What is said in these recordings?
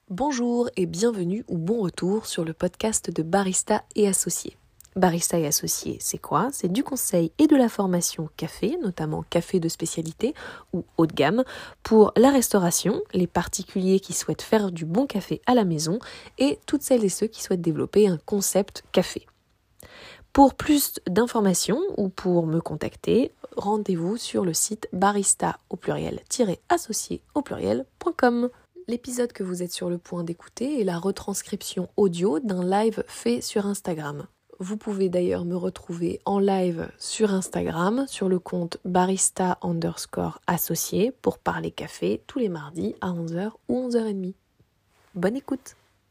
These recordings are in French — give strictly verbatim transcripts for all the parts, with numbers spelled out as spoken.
Bonjour et bienvenue ou bon retour sur le podcast de Barista et Associés. Barista et Associés, c'est quoi? C'est du conseil et de la formation café, notamment café de spécialité ou haut de gamme, pour la restauration, les particuliers qui souhaitent faire du bon café à la maison et toutes celles et ceux qui souhaitent développer un concept café. Pour plus d'informations ou pour me contacter, rendez-vous sur le site barista au pluriel-associé au pluriel point com. L'épisode que vous êtes sur le point d'écouter est la retranscription audio d'un live fait sur Instagram. Vous pouvez d'ailleurs me retrouver en live sur Instagram sur le compte barista underscore associé pour parler café tous les mardis à onze heures ou onze heures trente. Bonne écoute!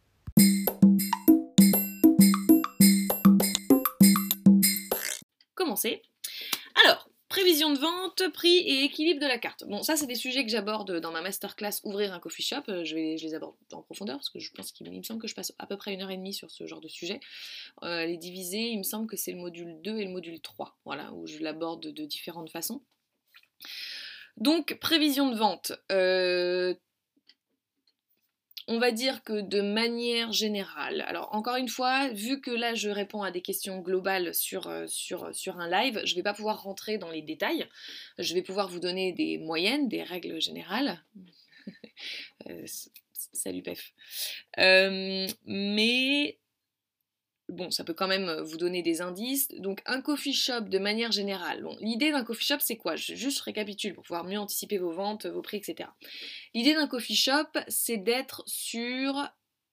Commencer. Alors, prévision de vente, prix et équilibre de la carte. Bon, ça c'est des sujets que j'aborde dans ma masterclass Ouvrir un coffee shop. Je, vais, je les aborde en profondeur parce que je pense qu'il me semble que je passe à peu près une heure et demie sur ce genre de sujet. Euh, les diviser, il me semble que c'est le module deux et le module trois, voilà, où je l'aborde de différentes façons. Donc, prévision de vente. Euh, On va dire que de manière générale, alors encore une fois, vu que là je réponds à des questions globales sur, sur, sur un live, je ne vais pas pouvoir rentrer dans les détails, je vais pouvoir vous donner des moyennes, des règles générales. euh, salut Pef. Euh, mais... Bon, ça peut quand même vous donner des indices. Donc, un coffee shop de manière générale. Bon, l'idée d'un coffee shop, c'est quoi? Je juste récapitule pour pouvoir mieux anticiper vos ventes, vos prix, et cetera. L'idée d'un coffee shop, c'est d'être sur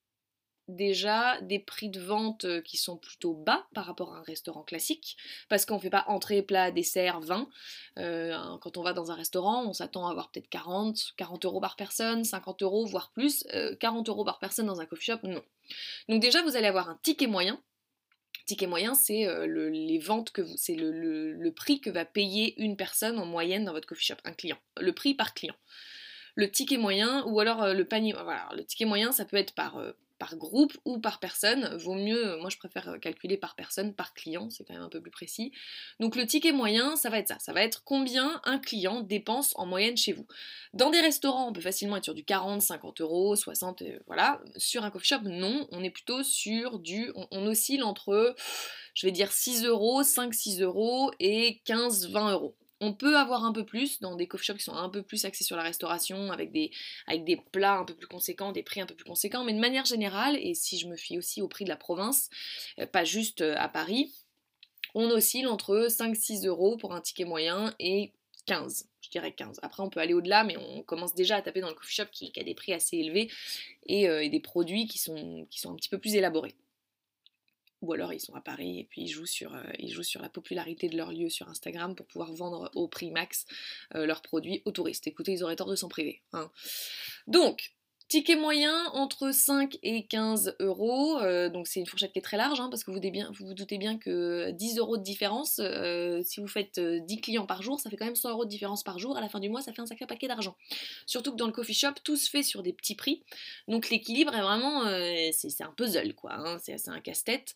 déjà des prix de vente qui sont plutôt bas par rapport à un restaurant classique, parce qu'on ne fait pas entrée, plat, dessert, vin. Euh, quand on va dans un restaurant, on s'attend à avoir peut-être quarante, quarante euros par personne, cinquante euros, voire plus. Euh, quarante euros par personne dans un coffee shop, non. Donc déjà, vous allez avoir un ticket moyen. Ticket moyen, c'est euh, le, les ventes que vous, c'est le, le, le prix que va payer une personne en moyenne dans votre coffee shop, un client. Le prix par client. Le ticket moyen, ou alors euh, le panier, voilà, le ticket moyen, ça peut être par, euh, par groupe ou par personne. Vaut mieux, moi je préfère calculer par personne, par client, c'est quand même un peu plus précis. Donc le ticket moyen, ça va être ça. Ça va être combien un client dépense en moyenne chez vous. Dans des restaurants, on peut facilement être sur du quarante, cinquante euros, soixante, euh, voilà. Sur un coffee shop, non. On est plutôt sur du... On, on oscille entre, je vais dire, six euros, cinq six euros et quinze vingt euros. On peut avoir un peu plus dans des coffee shops qui sont un peu plus axés sur la restauration, avec des, avec des plats un peu plus conséquents, des prix un peu plus conséquents, mais de manière générale, et si je me fie aussi au prix de la province, euh, pas juste à Paris, on oscille entre cinq six euros pour un ticket moyen et quinze, je dirais quinze. Après on peut aller au-delà, mais on commence déjà à taper dans le coffee shop qui, qui a des prix assez élevés et, euh, et des produits qui sont, qui sont un petit peu plus élaborés. Ou alors ils sont à Paris et puis ils jouent sur, euh, ils jouent sur la popularité de leur lieu sur Instagram pour pouvoir vendre au prix max euh, leurs produits aux touristes. Écoutez, ils auraient tort de s'en priver. Hein. Donc, ticket moyen entre cinq et quinze euros, euh, donc c'est une fourchette qui est très large, hein, parce que vous, bien, vous vous doutez bien que dix euros de différence, euh, si vous faites dix clients par jour, ça fait quand même cent euros de différence par jour, à la fin du mois ça fait un sacré paquet d'argent. Surtout que dans le coffee shop, tout se fait sur des petits prix, donc l'équilibre est vraiment, euh, c'est un puzzle quoi, hein, c'est un casse-tête.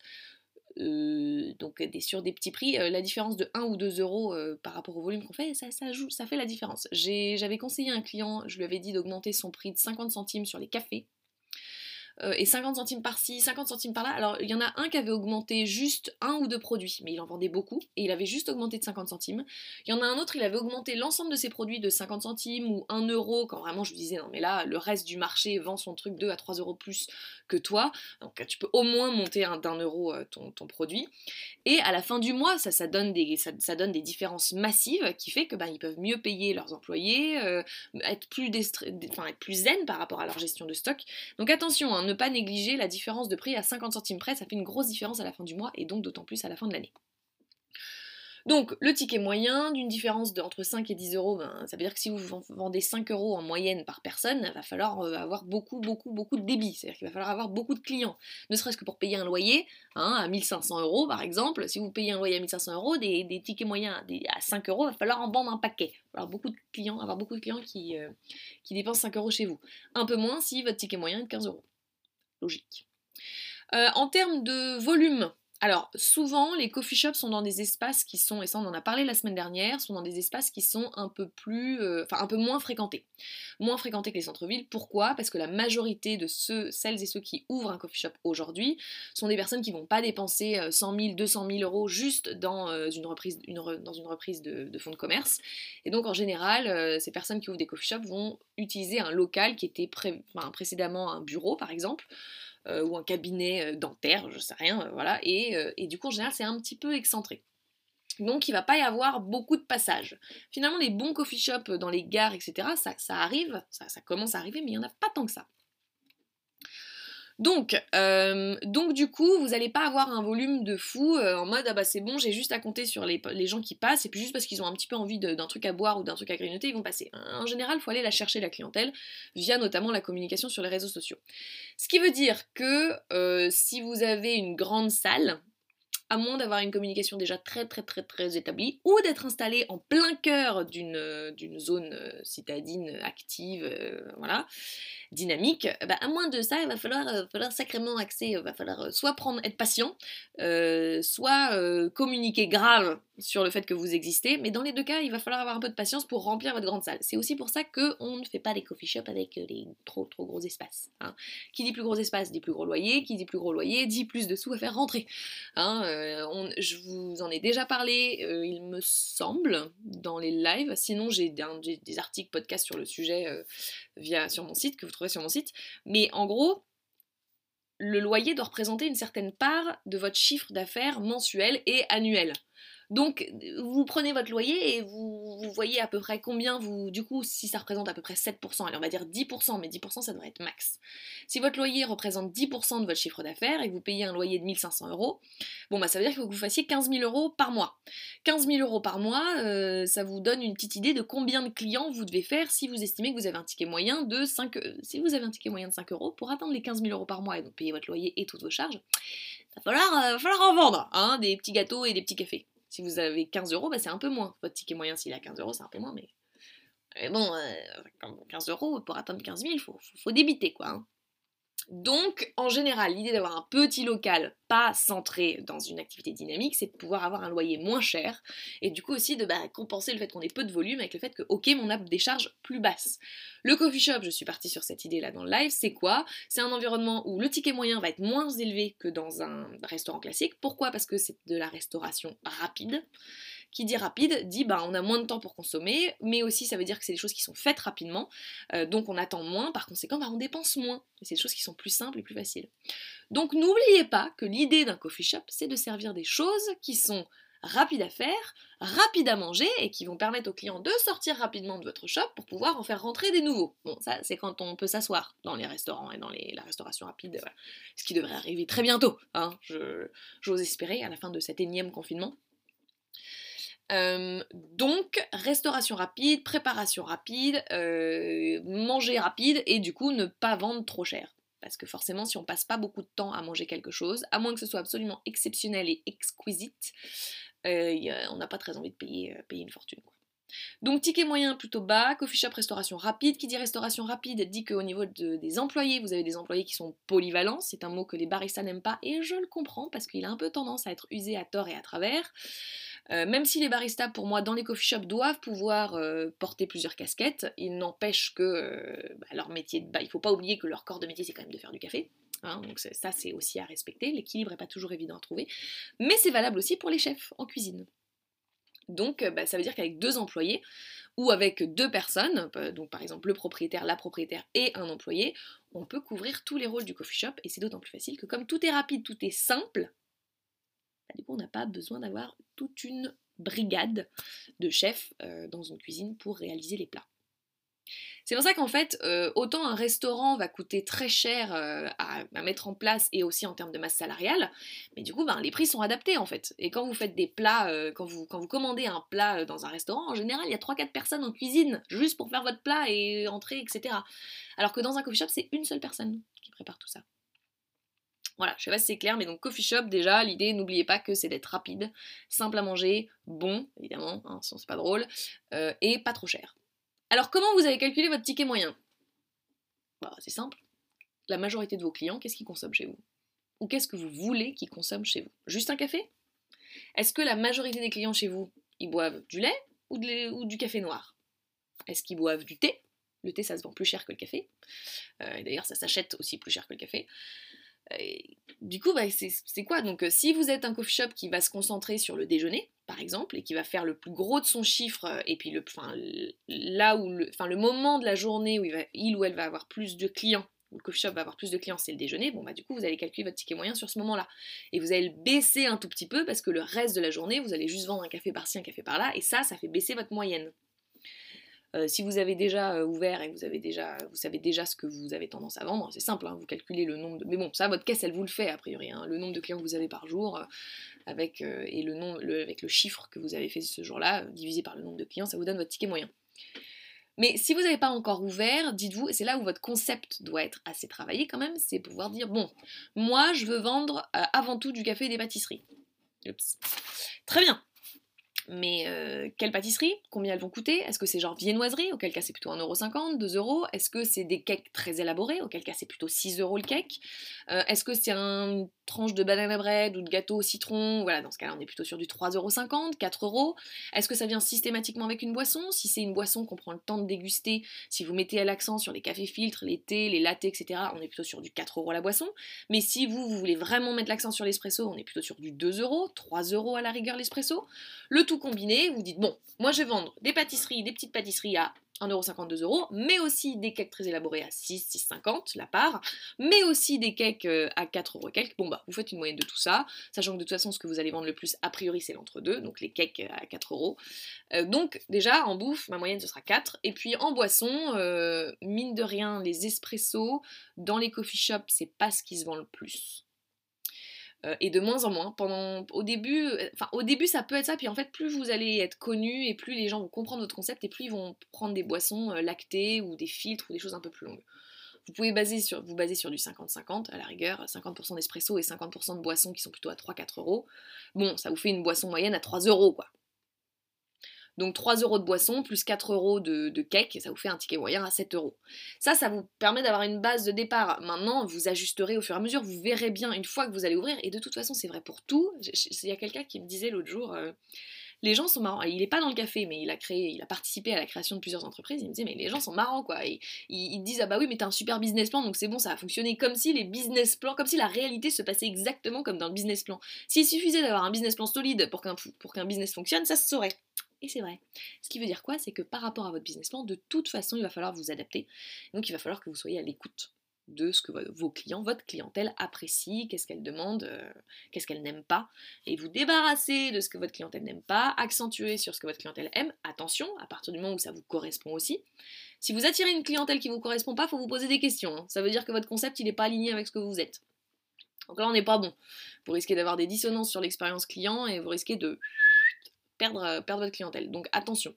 Euh, donc des, sur des petits prix, euh, la différence de un ou deux euros euh, par rapport au volume qu'on fait, ça, ça, joue, ça fait la différence. J'avais conseillé à un client, je lui avais dit d'augmenter son prix de cinquante centimes sur les cafés, euh, et cinquante centimes par-ci, cinquante centimes par-là. Alors il y en a un qui avait augmenté juste un ou deux produits, mais il en vendait beaucoup, et il avait juste augmenté de cinquante centimes. Il y en a un autre, il avait augmenté l'ensemble de ses produits de cinquante centimes ou un euro, quand vraiment je lui disais non mais là, le reste du marché vend son truc deux à trois euros de plus que toi, donc tu peux au moins monter d'un euro ton, ton produit. Et à la fin du mois, ça, ça, donne, des, ça, ça donne des différences massives qui fait que ben, ils peuvent mieux payer leurs employés, euh, être, plus enfin, être plus zen par rapport à leur gestion de stock. Donc attention, hein, ne pas négliger la différence de prix à cinquante centimes près, ça fait une grosse différence à la fin du mois et donc d'autant plus à la fin de l'année. Donc le ticket moyen, d'une différence de entre cinq et dix euros, ben, ça veut dire que si vous vendez cinq euros en moyenne par personne, il va falloir avoir beaucoup, beaucoup, beaucoup de débit. C'est-à-dire qu'il va falloir avoir beaucoup de clients. Ne serait-ce que pour payer un loyer, hein, à mille cinq cents euros par exemple, si vous payez un loyer à mille cinq cents euros, des, des tickets moyens des, à cinq euros, il va falloir en vendre un paquet. Il va falloir beaucoup de clients, avoir beaucoup de clients qui, euh, qui dépensent cinq euros chez vous. Un peu moins si votre ticket moyen est de quinze euros. Logique. Euh, en termes de volume, Alors, souvent, les coffee shops sont dans des espaces qui sont, et ça on en a parlé la semaine dernière, sont dans des espaces qui sont un peu plus, euh, enfin un peu moins fréquentés. Moins fréquentés que les centres-villes. Pourquoi? Parce que la majorité de ceux, celles et ceux qui ouvrent un coffee shop aujourd'hui sont des personnes qui vont pas dépenser cent mille, deux cent mille euros juste dans, euh, une, reprise, une re- dans une reprise de, de fonds de commerce. Et donc en général, euh, ces personnes qui ouvrent des coffee shops vont utiliser un local qui était pré- enfin, précédemment un bureau par exemple, euh, ou un cabinet euh, dentaire, je sais rien, euh, voilà, et, euh, et du coup en général c'est un petit peu excentré. Donc il va pas y avoir beaucoup de passages. Finalement les bons coffee shops dans les gares, et cetera, ça, ça arrive, ça, ça commence à arriver, mais il n'y en a pas tant que ça. Donc, euh, donc du coup, vous n'allez pas avoir un volume de fou euh, en mode ah bah c'est bon, j'ai juste à compter sur les, les gens qui passent, et puis juste parce qu'ils ont un petit peu envie de- d'un truc à boire ou d'un truc à grignoter, ils vont passer. En général, il faut aller la chercher la clientèle via notamment la communication sur les réseaux sociaux. Ce qui veut dire que euh, si vous avez une grande salle, à moins d'avoir une communication déjà très très très très établie, ou d'être installé en plein cœur d'une euh, d'une zone euh, citadine active, euh, voilà, dynamique, bah, à moins de ça, il va falloir, euh, falloir sacrément axer, il va falloir euh, soit prendre, être patient, euh, soit euh, communiquer grave sur le fait que vous existez, mais dans les deux cas, il va falloir avoir un peu de patience pour remplir votre grande salle. C'est aussi pour ça qu'on ne fait pas les coffee shops avec les trop trop gros espaces. Hein. Qui dit plus gros espace dit plus gros loyer, qui dit plus gros loyer dit plus de sous à faire rentrer. Hein, euh, on, je vous en ai déjà parlé, euh, il me semble, dans les lives, sinon j'ai des, des, des articles, podcasts sur le sujet euh, via, sur mon site, que vous trouverez sur mon site, mais en gros, le loyer doit représenter une certaine part de votre chiffre d'affaires mensuel et annuel. Donc, vous prenez votre loyer et vous, vous voyez à peu près combien vous... Du coup, si ça représente à peu près sept pour cent, allez, on va dire dix pour cent, mais dix pour cent, ça devrait être max. Si votre loyer représente dix pour cent de votre chiffre d'affaires et que vous payez un loyer de mille cinq cents euros, bon, bah ça veut dire qu'il faut que vous fassiez quinze mille euros par mois. quinze mille euros par mois, euh, ça vous donne une petite idée de combien de clients vous devez faire si vous estimez que vous avez un ticket moyen de cinq... Euh, si vous avez un ticket moyen de cinq euros, pour atteindre les quinze mille euros par mois et donc payer votre loyer et toutes vos charges, il va falloir, euh, va falloir en vendre, hein, des petits gâteaux et des petits cafés. Si vous avez quinze euros, bah c'est un peu moins. Votre ticket moyen, s'il a quinze euros, c'est un peu moins, mais, mais bon, euh, quinze euros, pour atteindre quinze mille, il faut, faut, faut débiter, quoi. Hein. Donc, en général, l'idée d'avoir un petit local pas centré dans une activité dynamique, c'est de pouvoir avoir un loyer moins cher, et du coup aussi de bah, compenser le fait qu'on ait peu de volume avec le fait que, ok, on a des charges plus basses. Le coffee shop, je suis partie sur cette idée-là dans le live, c'est quoi? C'est un environnement où le ticket moyen va être moins élevé que dans un restaurant classique. Pourquoi? Parce que c'est de la restauration rapide. Qui dit rapide dit bah on a moins de temps pour consommer, mais aussi ça veut dire que c'est des choses qui sont faites rapidement, euh, donc on attend moins, par conséquent bah, on dépense moins. Et c'est des choses qui sont plus simples et plus faciles. Donc n'oubliez pas que l'idée d'un coffee shop, c'est de servir des choses qui sont rapides à faire, rapides à manger et qui vont permettre aux clients de sortir rapidement de votre shop pour pouvoir en faire rentrer des nouveaux. Bon, ça c'est quand on peut s'asseoir dans les restaurants et dans les, la restauration rapide, voilà. Ce qui devrait arriver très bientôt, hein, je, j'ose espérer, à la fin de cet énième confinement. Euh, donc, restauration rapide, préparation rapide, euh, manger rapide et du coup ne pas vendre trop cher. Parce que forcément, si on passe pas beaucoup de temps à manger quelque chose, à moins que ce soit absolument exceptionnel et exquisite, euh, y a, on n'a pas très envie de payer, euh, payer une fortune. Quoi. Donc, ticket moyen plutôt bas, coffee shop restauration rapide. Qui dit restauration rapide dit qu'au niveau de, des employés, vous avez des employés qui sont polyvalents. C'est un mot que les baristas n'aiment pas et je le comprends parce qu'il a un peu tendance à être usé à tort et à travers. Euh, même si les baristas, pour moi, dans les coffee shops, doivent pouvoir euh, porter plusieurs casquettes, il n'empêche que euh, bah, leur métier, bah, il ne faut pas oublier que leur corps de métier, c'est quand même de faire du café. Hein, donc ça, c'est aussi à respecter. L'équilibre n'est pas toujours évident à trouver. Mais c'est valable aussi pour les chefs en cuisine. Donc bah, ça veut dire qu'avec deux employés, ou avec deux personnes, donc par exemple le propriétaire, la propriétaire et un employé, on peut couvrir tous les rôles du coffee shop, et c'est d'autant plus facile que comme tout est rapide, tout est simple, bah, du coup on n'a pas besoin d'avoir toute une brigade de chefs euh, dans une cuisine pour réaliser les plats. C'est pour ça qu'en fait, euh, autant un restaurant va coûter très cher euh, à, à mettre en place et aussi en termes de masse salariale, mais du coup, ben, les prix sont adaptés en fait. Et quand vous faites des plats, euh, quand, vous, quand vous commandez un plat dans un restaurant, en général, il y a trois quatre personnes en cuisine juste pour faire votre plat et entrer, et cetera. Alors que dans un coffee shop, c'est une seule personne qui prépare tout ça. Voilà, je sais pas si c'est clair, mais donc coffee shop, déjà, l'idée, n'oubliez pas que c'est d'être rapide, simple à manger, bon, évidemment, hein, sinon c'est pas drôle, euh, et pas trop cher. Alors comment vous avez calculé votre ticket moyen? Bah, c'est simple. La majorité de vos clients, qu'est-ce qu'ils consomment chez vous? ou qu'est-ce que vous voulez qu'ils consomment chez vous? Juste un café? Est-ce que la majorité des clients chez vous, ils boivent du lait ou, de lait, ou du café noir? Est-ce qu'ils boivent du thé? Le thé, ça se vend plus cher que le café. Euh, et d'ailleurs, ça s'achète aussi plus cher que le café. Et du coup, bah, c'est quoi? Donc, euh, si vous êtes un coffee shop qui va se concentrer sur le déjeuner, par exemple, et qui va faire le plus gros de son chiffre, euh, et puis le, là où le, le moment de la journée où il, va, il ou elle va avoir plus de clients, où le coffee shop va avoir plus de clients, c'est le déjeuner, bon bah du coup vous allez calculer votre ticket moyen sur ce moment-là. Et vous allez le baisser un tout petit peu parce que le reste de la journée, vous allez juste vendre un café par-ci, un café par-là, et ça, ça fait baisser votre moyenne. Euh, si vous avez déjà euh, ouvert et vous, avez déjà, vous savez déjà ce que vous avez tendance à vendre, c'est simple, hein, vous calculez le nombre de... Mais bon, ça, votre caisse, elle vous le fait, a priori, hein, le nombre de clients que vous avez par jour, euh, avec, euh, et le, nom, le, avec le chiffre que vous avez fait ce jour-là, euh, divisé par le nombre de clients, ça vous donne votre ticket moyen. Mais si vous n'avez pas encore ouvert, dites-vous, et c'est là où votre concept doit être assez travaillé quand même, c'est pouvoir dire, bon, moi, je veux vendre euh, avant tout du café et des pâtisseries. Oups. Très bien. Mais euh, quelle pâtisserie? Combien elles vont coûter? Est-ce que c'est genre viennoiserie? Auquel cas c'est plutôt un euro cinquante, deux euros. Est-ce que c'est des cakes très élaborés? Auquel cas c'est plutôt six euros le cake. euh, Est-ce que c'est un, une tranche de banana bread ou de gâteau au citron? Voilà, dans ce cas-là on est plutôt sur du trois euros cinquante, quatre euros. Est-ce que ça vient systématiquement avec une boisson? Si c'est une boisson qu'on prend le temps de déguster, si vous mettez l'accent sur les cafés filtres, les thés, les lattés, et cetera, on est plutôt sur du quatre euros la boisson. Mais si vous, vous voulez vraiment mettre l'accent sur l'espresso, on est plutôt sur du deux euros, trois euros à la rigueur l'espresso. Le tout combiné, vous dites, bon, moi je vais vendre des pâtisseries, des petites pâtisseries à un euro cinquante, deux euros, mais aussi des cakes très élaborés à six, six cinquante la part, mais aussi des cakes à quatre euros quelques. Bon bah, vous faites une moyenne de tout ça, sachant que de toute façon, ce que vous allez vendre le plus, a priori, c'est l'entre-deux, donc les cakes à quatre euros. Euh, donc déjà, en bouffe, ma moyenne, ce sera quatre. Et puis en boisson, euh, mine de rien, les espressos, dans les coffee shops, c'est pas ce qui se vend le plus. Euh, et de moins en moins. Pendant, au début, enfin au début ça peut être ça, puis en fait plus vous allez être connu et plus les gens vont comprendre votre concept et plus ils vont prendre des boissons euh, lactées ou des filtres ou des choses un peu plus longues. Vous pouvez baser sur, vous baser sur du cinquante cinquante à la rigueur, cinquante pour cent d'espresso et cinquante pour cent de boissons qui sont plutôt à trois à quatre euros. Bon, ça vous fait une boisson moyenne à trois euros quoi. Donc trois euros de boisson plus quatre euros de, de cake, ça vous fait un ticket moyen à sept euros. Ça, ça vous permet d'avoir une base de départ. Maintenant, vous ajusterez au fur et à mesure, vous verrez bien une fois que vous allez ouvrir, et de toute façon, c'est vrai pour tout. Il y a quelqu'un qui me disait l'autre jour, euh, les gens sont marrants. Il n'est pas dans le café, mais il a créé, il a participé à la création de plusieurs entreprises. Il me disait, mais les gens sont marrants, quoi. Et, ils, ils disent, ah bah oui, mais t'as un super business plan, donc c'est bon, ça a fonctionné comme si les business plans, comme si la réalité se passait exactement comme dans le business plan. S'il suffisait d'avoir un business plan solide pour qu'un pour qu'un business fonctionne, ça se saurait. Et c'est vrai. Ce qui veut dire quoi? C'est que par rapport à votre business plan, de toute façon, il va falloir vous adapter. Donc il va falloir que vous soyez à l'écoute de ce que vos clients, votre clientèle apprécie, qu'est-ce qu'elle demande, euh, qu'est-ce qu'elle n'aime pas, et vous débarrasser de ce que votre clientèle n'aime pas, accentuer sur ce que votre clientèle aime. Attention, à partir du moment où ça vous correspond aussi. Si vous attirez une clientèle qui ne vous correspond pas, il faut vous poser des questions. Hein. Ça veut dire que votre concept, il n'est pas aligné avec ce que vous êtes. Donc là, on n'est pas bon. Vous risquez d'avoir des dissonances sur l'expérience client et vous risquez de Perdre, perdre votre clientèle. Donc attention.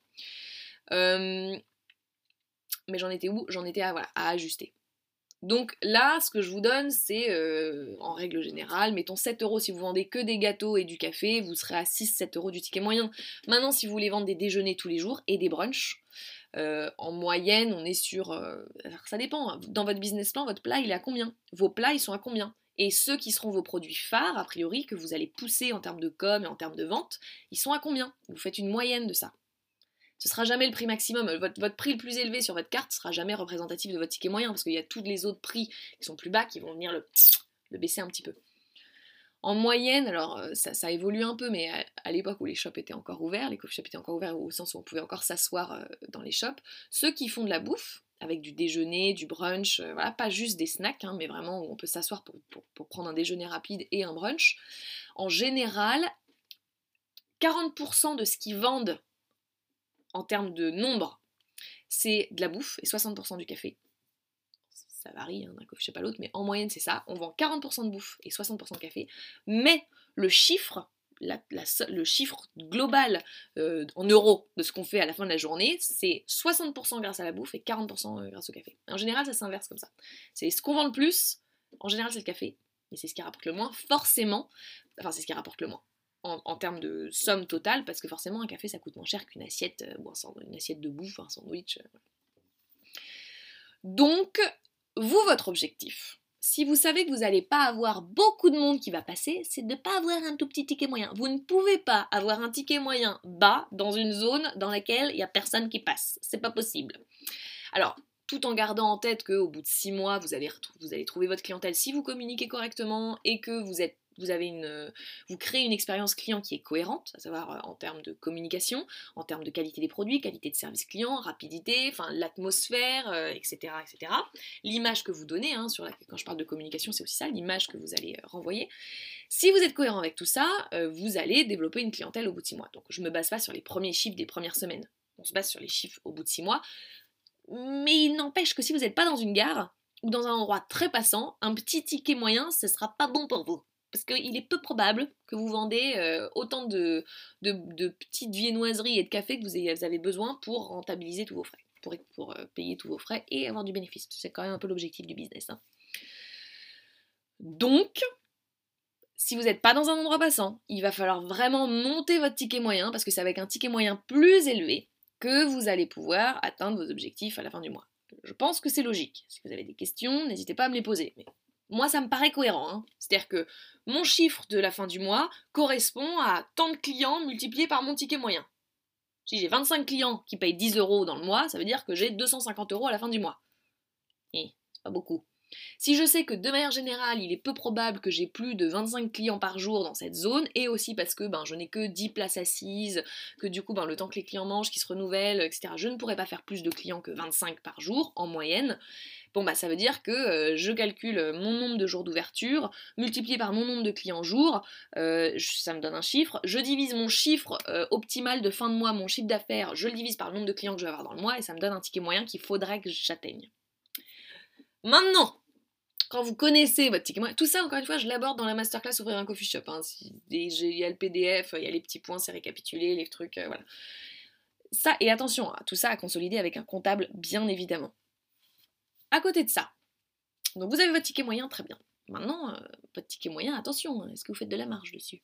Euh, mais j'en étais où? J'en étais à, voilà, à ajuster. Donc là, ce que je vous donne, c'est euh, en règle générale, mettons sept euros si vous vendez que des gâteaux et du café, vous serez à six à sept euros du ticket moyen. Maintenant, si vous voulez vendre des déjeuners tous les jours et des brunchs, euh, en moyenne, on est sur... Euh, alors ça dépend, hein. Dans votre business plan, votre plat, il est à combien? Vos plats, ils sont à combien? Et ceux qui seront vos produits phares, a priori, que vous allez pousser en termes de com et en termes de vente, ils sont à combien? Vous faites une moyenne de ça. Ce sera jamais le prix maximum. Votre, votre prix le plus élevé sur votre carte sera jamais représentatif de votre ticket moyen, parce qu'il y a tous les autres prix qui sont plus bas qui vont venir le, le baisser un petit peu. En moyenne, alors ça, ça évolue un peu, mais à, à l'époque où les shops étaient encore ouverts, les coffee shops étaient encore ouverts au sens où on pouvait encore s'asseoir dans les shops, ceux qui font de la bouffe, avec du déjeuner, du brunch, euh, voilà, pas juste des snacks, hein, mais vraiment où on peut s'asseoir pour, pour, pour prendre un déjeuner rapide et un brunch. En général, quarante pour cent de ce qu'ils vendent en termes de nombre, c'est de la bouffe et soixante pour cent du café. Ça varie hein, d'un coffee shop à l'autre, mais en moyenne c'est ça. On vend quarante pour cent de bouffe et soixante pour cent de café, mais le chiffre... La, la, le chiffre global euh, en euros de ce qu'on fait à la fin de la journée, c'est soixante pour cent grâce à la bouffe et quarante pour cent grâce au café. En général, ça s'inverse comme ça. C'est ce qu'on vend le plus, en général, c'est le café, et c'est ce qui rapporte le moins, forcément, enfin, c'est ce qui rapporte le moins, en, en termes de somme totale, parce que forcément, un café, ça coûte moins cher qu'une assiette, euh, ou un, une assiette de bouffe, un sandwich. Euh, voilà. Donc, vous, votre objectif, si vous savez que vous n'allez pas avoir beaucoup de monde qui va passer, c'est de ne pas avoir un tout petit ticket moyen. Vous ne pouvez pas avoir un ticket moyen bas dans une zone dans laquelle il n'y a personne qui passe. C'est pas possible. Alors, tout en gardant en tête qu'au bout de six mois, vous allez, vous allez trouver votre clientèle si vous communiquez correctement et que vous êtes Vous, avez une, vous créez une expérience client qui est cohérente, à savoir en termes de communication, en termes de qualité des produits, qualité de service client, rapidité, enfin l'atmosphère, euh, et cetera, et cetera. L'image que vous donnez, hein, sur la, quand je parle de communication, c'est aussi ça, l'image que vous allez euh, renvoyer. Si vous êtes cohérent avec tout ça, euh, vous allez développer une clientèle au bout de six mois. Donc je ne me base pas sur les premiers chiffres des premières semaines, on se base sur les chiffres au bout de six mois. Mais il n'empêche que si vous n'êtes pas dans une gare ou dans un endroit très passant, un petit ticket moyen, ce ne sera pas bon pour vous. Parce qu'il est peu probable que vous vendez euh, autant de, de, de petites viennoiseries et de café que vous avez besoin pour rentabiliser tous vos frais, pour, pour euh, payer tous vos frais et avoir du bénéfice. C'est quand même un peu l'objectif du business. Hein. Donc, si vous n'êtes pas dans un endroit passant, il va falloir vraiment monter votre ticket moyen, parce que c'est avec un ticket moyen plus élevé que vous allez pouvoir atteindre vos objectifs à la fin du mois. Je pense que c'est logique. Si vous avez des questions, n'hésitez pas à me les poser. Mais moi, ça me paraît cohérent. Hein. C'est-à-dire que mon chiffre de la fin du mois correspond à tant de clients multipliés par mon ticket moyen. Si j'ai vingt-cinq clients qui payent dix euros dans le mois, ça veut dire que j'ai deux cent cinquante euros à la fin du mois. Et c'est pas beaucoup. Si je sais que de manière générale, il est peu probable que j'ai plus de vingt-cinq clients par jour dans cette zone, et aussi parce que ben, je n'ai que dix places assises, que du coup, ben, le temps que les clients mangent, qu'ils se renouvellent, et cetera, je ne pourrais pas faire plus de clients que vingt-cinq par jour, en moyenne. Bon bah ça veut dire que euh, je calcule mon nombre de jours d'ouverture, multiplié par mon nombre de clients jour, euh, ça me donne un chiffre, je divise mon chiffre euh, optimal de fin de mois, mon chiffre d'affaires, je le divise par le nombre de clients que je vais avoir dans le mois, et ça me donne un ticket moyen qu'il faudrait que j'atteigne. Maintenant, quand vous connaissez votre ticket moyen, tout ça encore une fois je l'aborde dans la masterclass Ouvrir un coffee shop, hein. Il y a le P D F, il y a les petits points, c'est récapitulé, les trucs, euh, voilà. Ça, et attention, tout ça à consolider avec un comptable bien évidemment. À côté de ça, donc vous avez votre ticket moyen, très bien. Maintenant, euh, votre ticket moyen, attention, est-ce que vous faites de la marge dessus?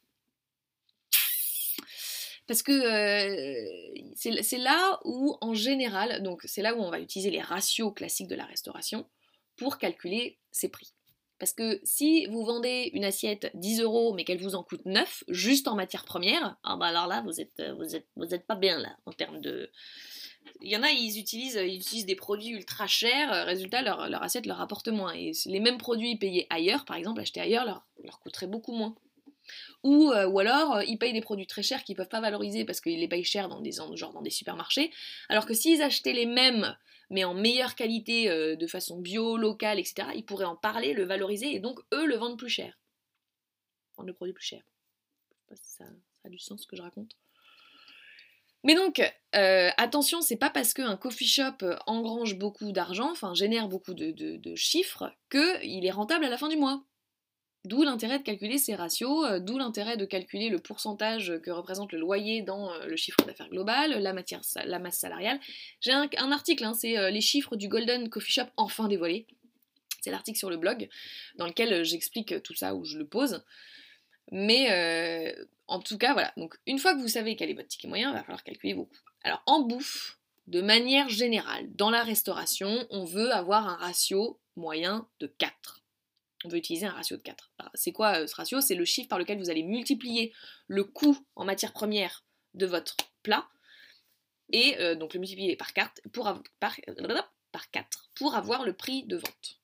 Parce que euh, c'est là où, en général, donc c'est là où on va utiliser les ratios classiques de la restauration pour calculer ses prix. Parce que si vous vendez une assiette dix euros mais qu'elle vous en coûte neuf, juste en matière première, ah bah alors là, vous êtes, vous êtes, vous êtes pas bien là, en termes de... Il y en a, ils utilisent, ils utilisent des produits ultra chers, résultat, leur, leur assiette leur rapporte moins. Et les mêmes produits payés ailleurs, par exemple, achetés ailleurs, leur, leur coûteraient beaucoup moins. Ou, euh, ou alors, ils payent des produits très chers qu'ils ne peuvent pas valoriser parce qu'ils les payent cher dans des, genre dans des supermarchés, alors que s'ils achetaient les mêmes, mais en meilleure qualité, euh, de façon bio, locale, et cetera, ils pourraient en parler, le valoriser, et donc, eux, le vendent plus cher. Vendre le produit plus cher. Je sais pas si ça, ça a du sens ce que je raconte. Mais donc, euh, attention, c'est pas parce qu'un coffee shop engrange beaucoup d'argent, enfin génère beaucoup de, de, de chiffres, qu'il est rentable à la fin du mois. D'où l'intérêt de calculer ces ratios, euh, d'où l'intérêt de calculer le pourcentage que représente le loyer dans euh, le chiffre d'affaires global, la, matière, la masse salariale. J'ai un, un article, hein, c'est euh, les chiffres du Golden Coffee Shop enfin dévoilés. C'est l'article sur le blog, dans lequel euh, j'explique tout ça, où je le pose. Mais euh, en tout cas, voilà. Donc, une fois que vous savez quel est votre ticket moyen, il va falloir calculer vos coûts. Alors, en bouffe, de manière générale, dans la restauration, on veut avoir un ratio moyen de quatre. On veut utiliser un ratio de quatre. C'est quoi euh, ce ratio? C'est le chiffre par lequel vous allez multiplier le coût en matière première de votre plat, et euh, donc le multiplier par quatre pour, av par, euh, par quatre pour avoir le prix de vente.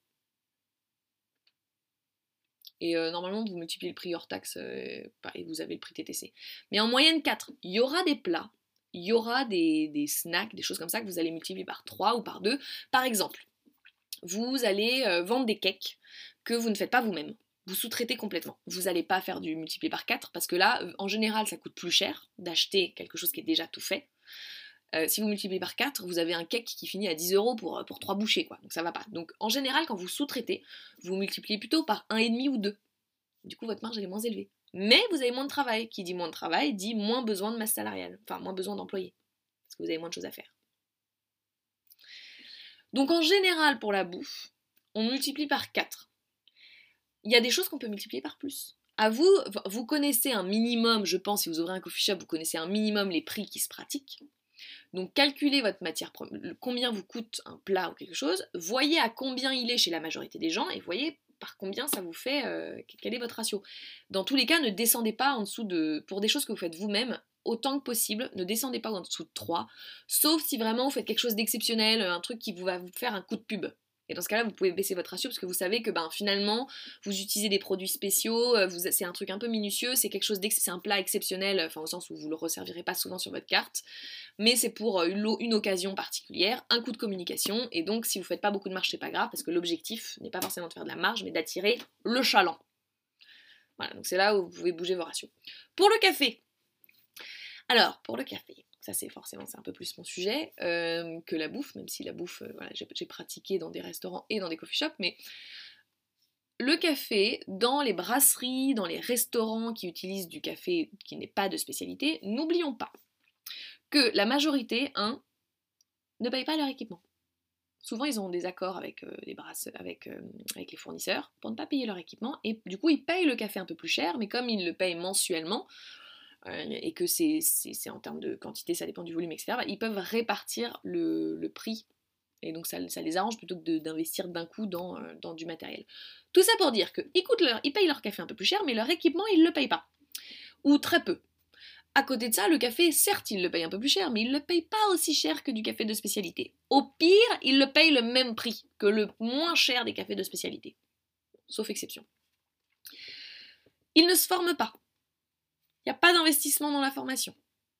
Et euh, normalement, vous multipliez le prix hors taxe euh, et vous avez le prix T T C. Mais en moyenne quatre. Il y aura des plats, il y aura des, des snacks, des choses comme ça que vous allez multiplier par trois ou par deux. Par exemple, vous allez euh, vendre des cakes que vous ne faites pas vous-même. Vous sous-traitez complètement. Vous n'allez pas faire du multiplié par quatre parce que là, en général, ça coûte plus cher d'acheter quelque chose qui est déjà tout fait. Euh, si vous multipliez par quatre, vous avez un cake qui finit à dix euros pour, pour trois bouchées, quoi. Donc ça va pas. Donc en général, quand vous sous-traitez, vous multipliez plutôt par un virgule cinq ou deux. Du coup, votre marge elle est moins élevée. Mais vous avez moins de travail. Qui dit moins de travail, dit moins besoin de masse salariale. Enfin, moins besoin d'employés. Parce que vous avez moins de choses à faire. Donc en général, pour la bouffe, on multiplie par quatre. Il y a des choses qu'on peut multiplier par plus. À vous, vous connaissez un minimum, je pense, si vous ouvrez un coffee shop, vous connaissez un minimum les prix qui se pratiquent. Donc calculez votre matière première, combien vous coûte un plat ou quelque chose, voyez à combien il est chez la majorité des gens, et voyez par combien ça vous fait, euh, quel est votre ratio. Dans tous les cas, ne descendez pas en dessous de, pour des choses que vous faites vous-même, autant que possible, ne descendez pas en dessous de trois, sauf si vraiment vous faites quelque chose d'exceptionnel, un truc qui vous va vous faire un coup de pub. Et dans ce cas-là, vous pouvez baisser votre ratio parce que vous savez que ben, finalement, vous utilisez des produits spéciaux, vous, c'est un truc un peu minutieux, c'est quelque chose c'est un plat exceptionnel, enfin au sens où vous le resservirez pas souvent sur votre carte, mais c'est pour une, une occasion particulière, un coup de communication, et donc si vous faites pas beaucoup de marge, c'est pas grave, parce que l'objectif n'est pas forcément de faire de la marge, mais d'attirer le chaland. Voilà, donc c'est là où vous pouvez bouger vos ratios. Pour le café, alors, pour le café, ça c'est forcément c'est un peu plus mon sujet euh, que la bouffe, même si la bouffe, euh, voilà, j'ai, j'ai pratiqué dans des restaurants et dans des coffee shops, mais le café, dans les brasseries, dans les restaurants qui utilisent du café qui n'est pas de spécialité, n'oublions pas que la majorité, un, ne paye pas leur équipement. Souvent, ils ont des accords avec, euh, les, brasses, avec, euh, avec les fournisseurs pour ne pas payer leur équipement, et du coup, ils payent le café un peu plus cher, mais comme ils le payent mensuellement, et que c'est, c'est, c'est en termes de quantité, ça dépend du volume, et cetera, ils peuvent répartir le, le prix, et donc ça, ça les arrange plutôt que de, d'investir d'un coup dans, euh, dans du matériel. Tout ça pour dire qu'ils leur, ils payent leur café un peu plus cher, mais leur équipement, ils ne le payent pas. Ou très peu. À côté de ça, le café, certes, ils le payent un peu plus cher, mais ils ne le payent pas aussi cher que du café de spécialité. Au pire, ils le payent le même prix que le moins cher des cafés de spécialité. Sauf exception. Ils ne se forment pas. Il n'y a pas d'investissement dans la formation.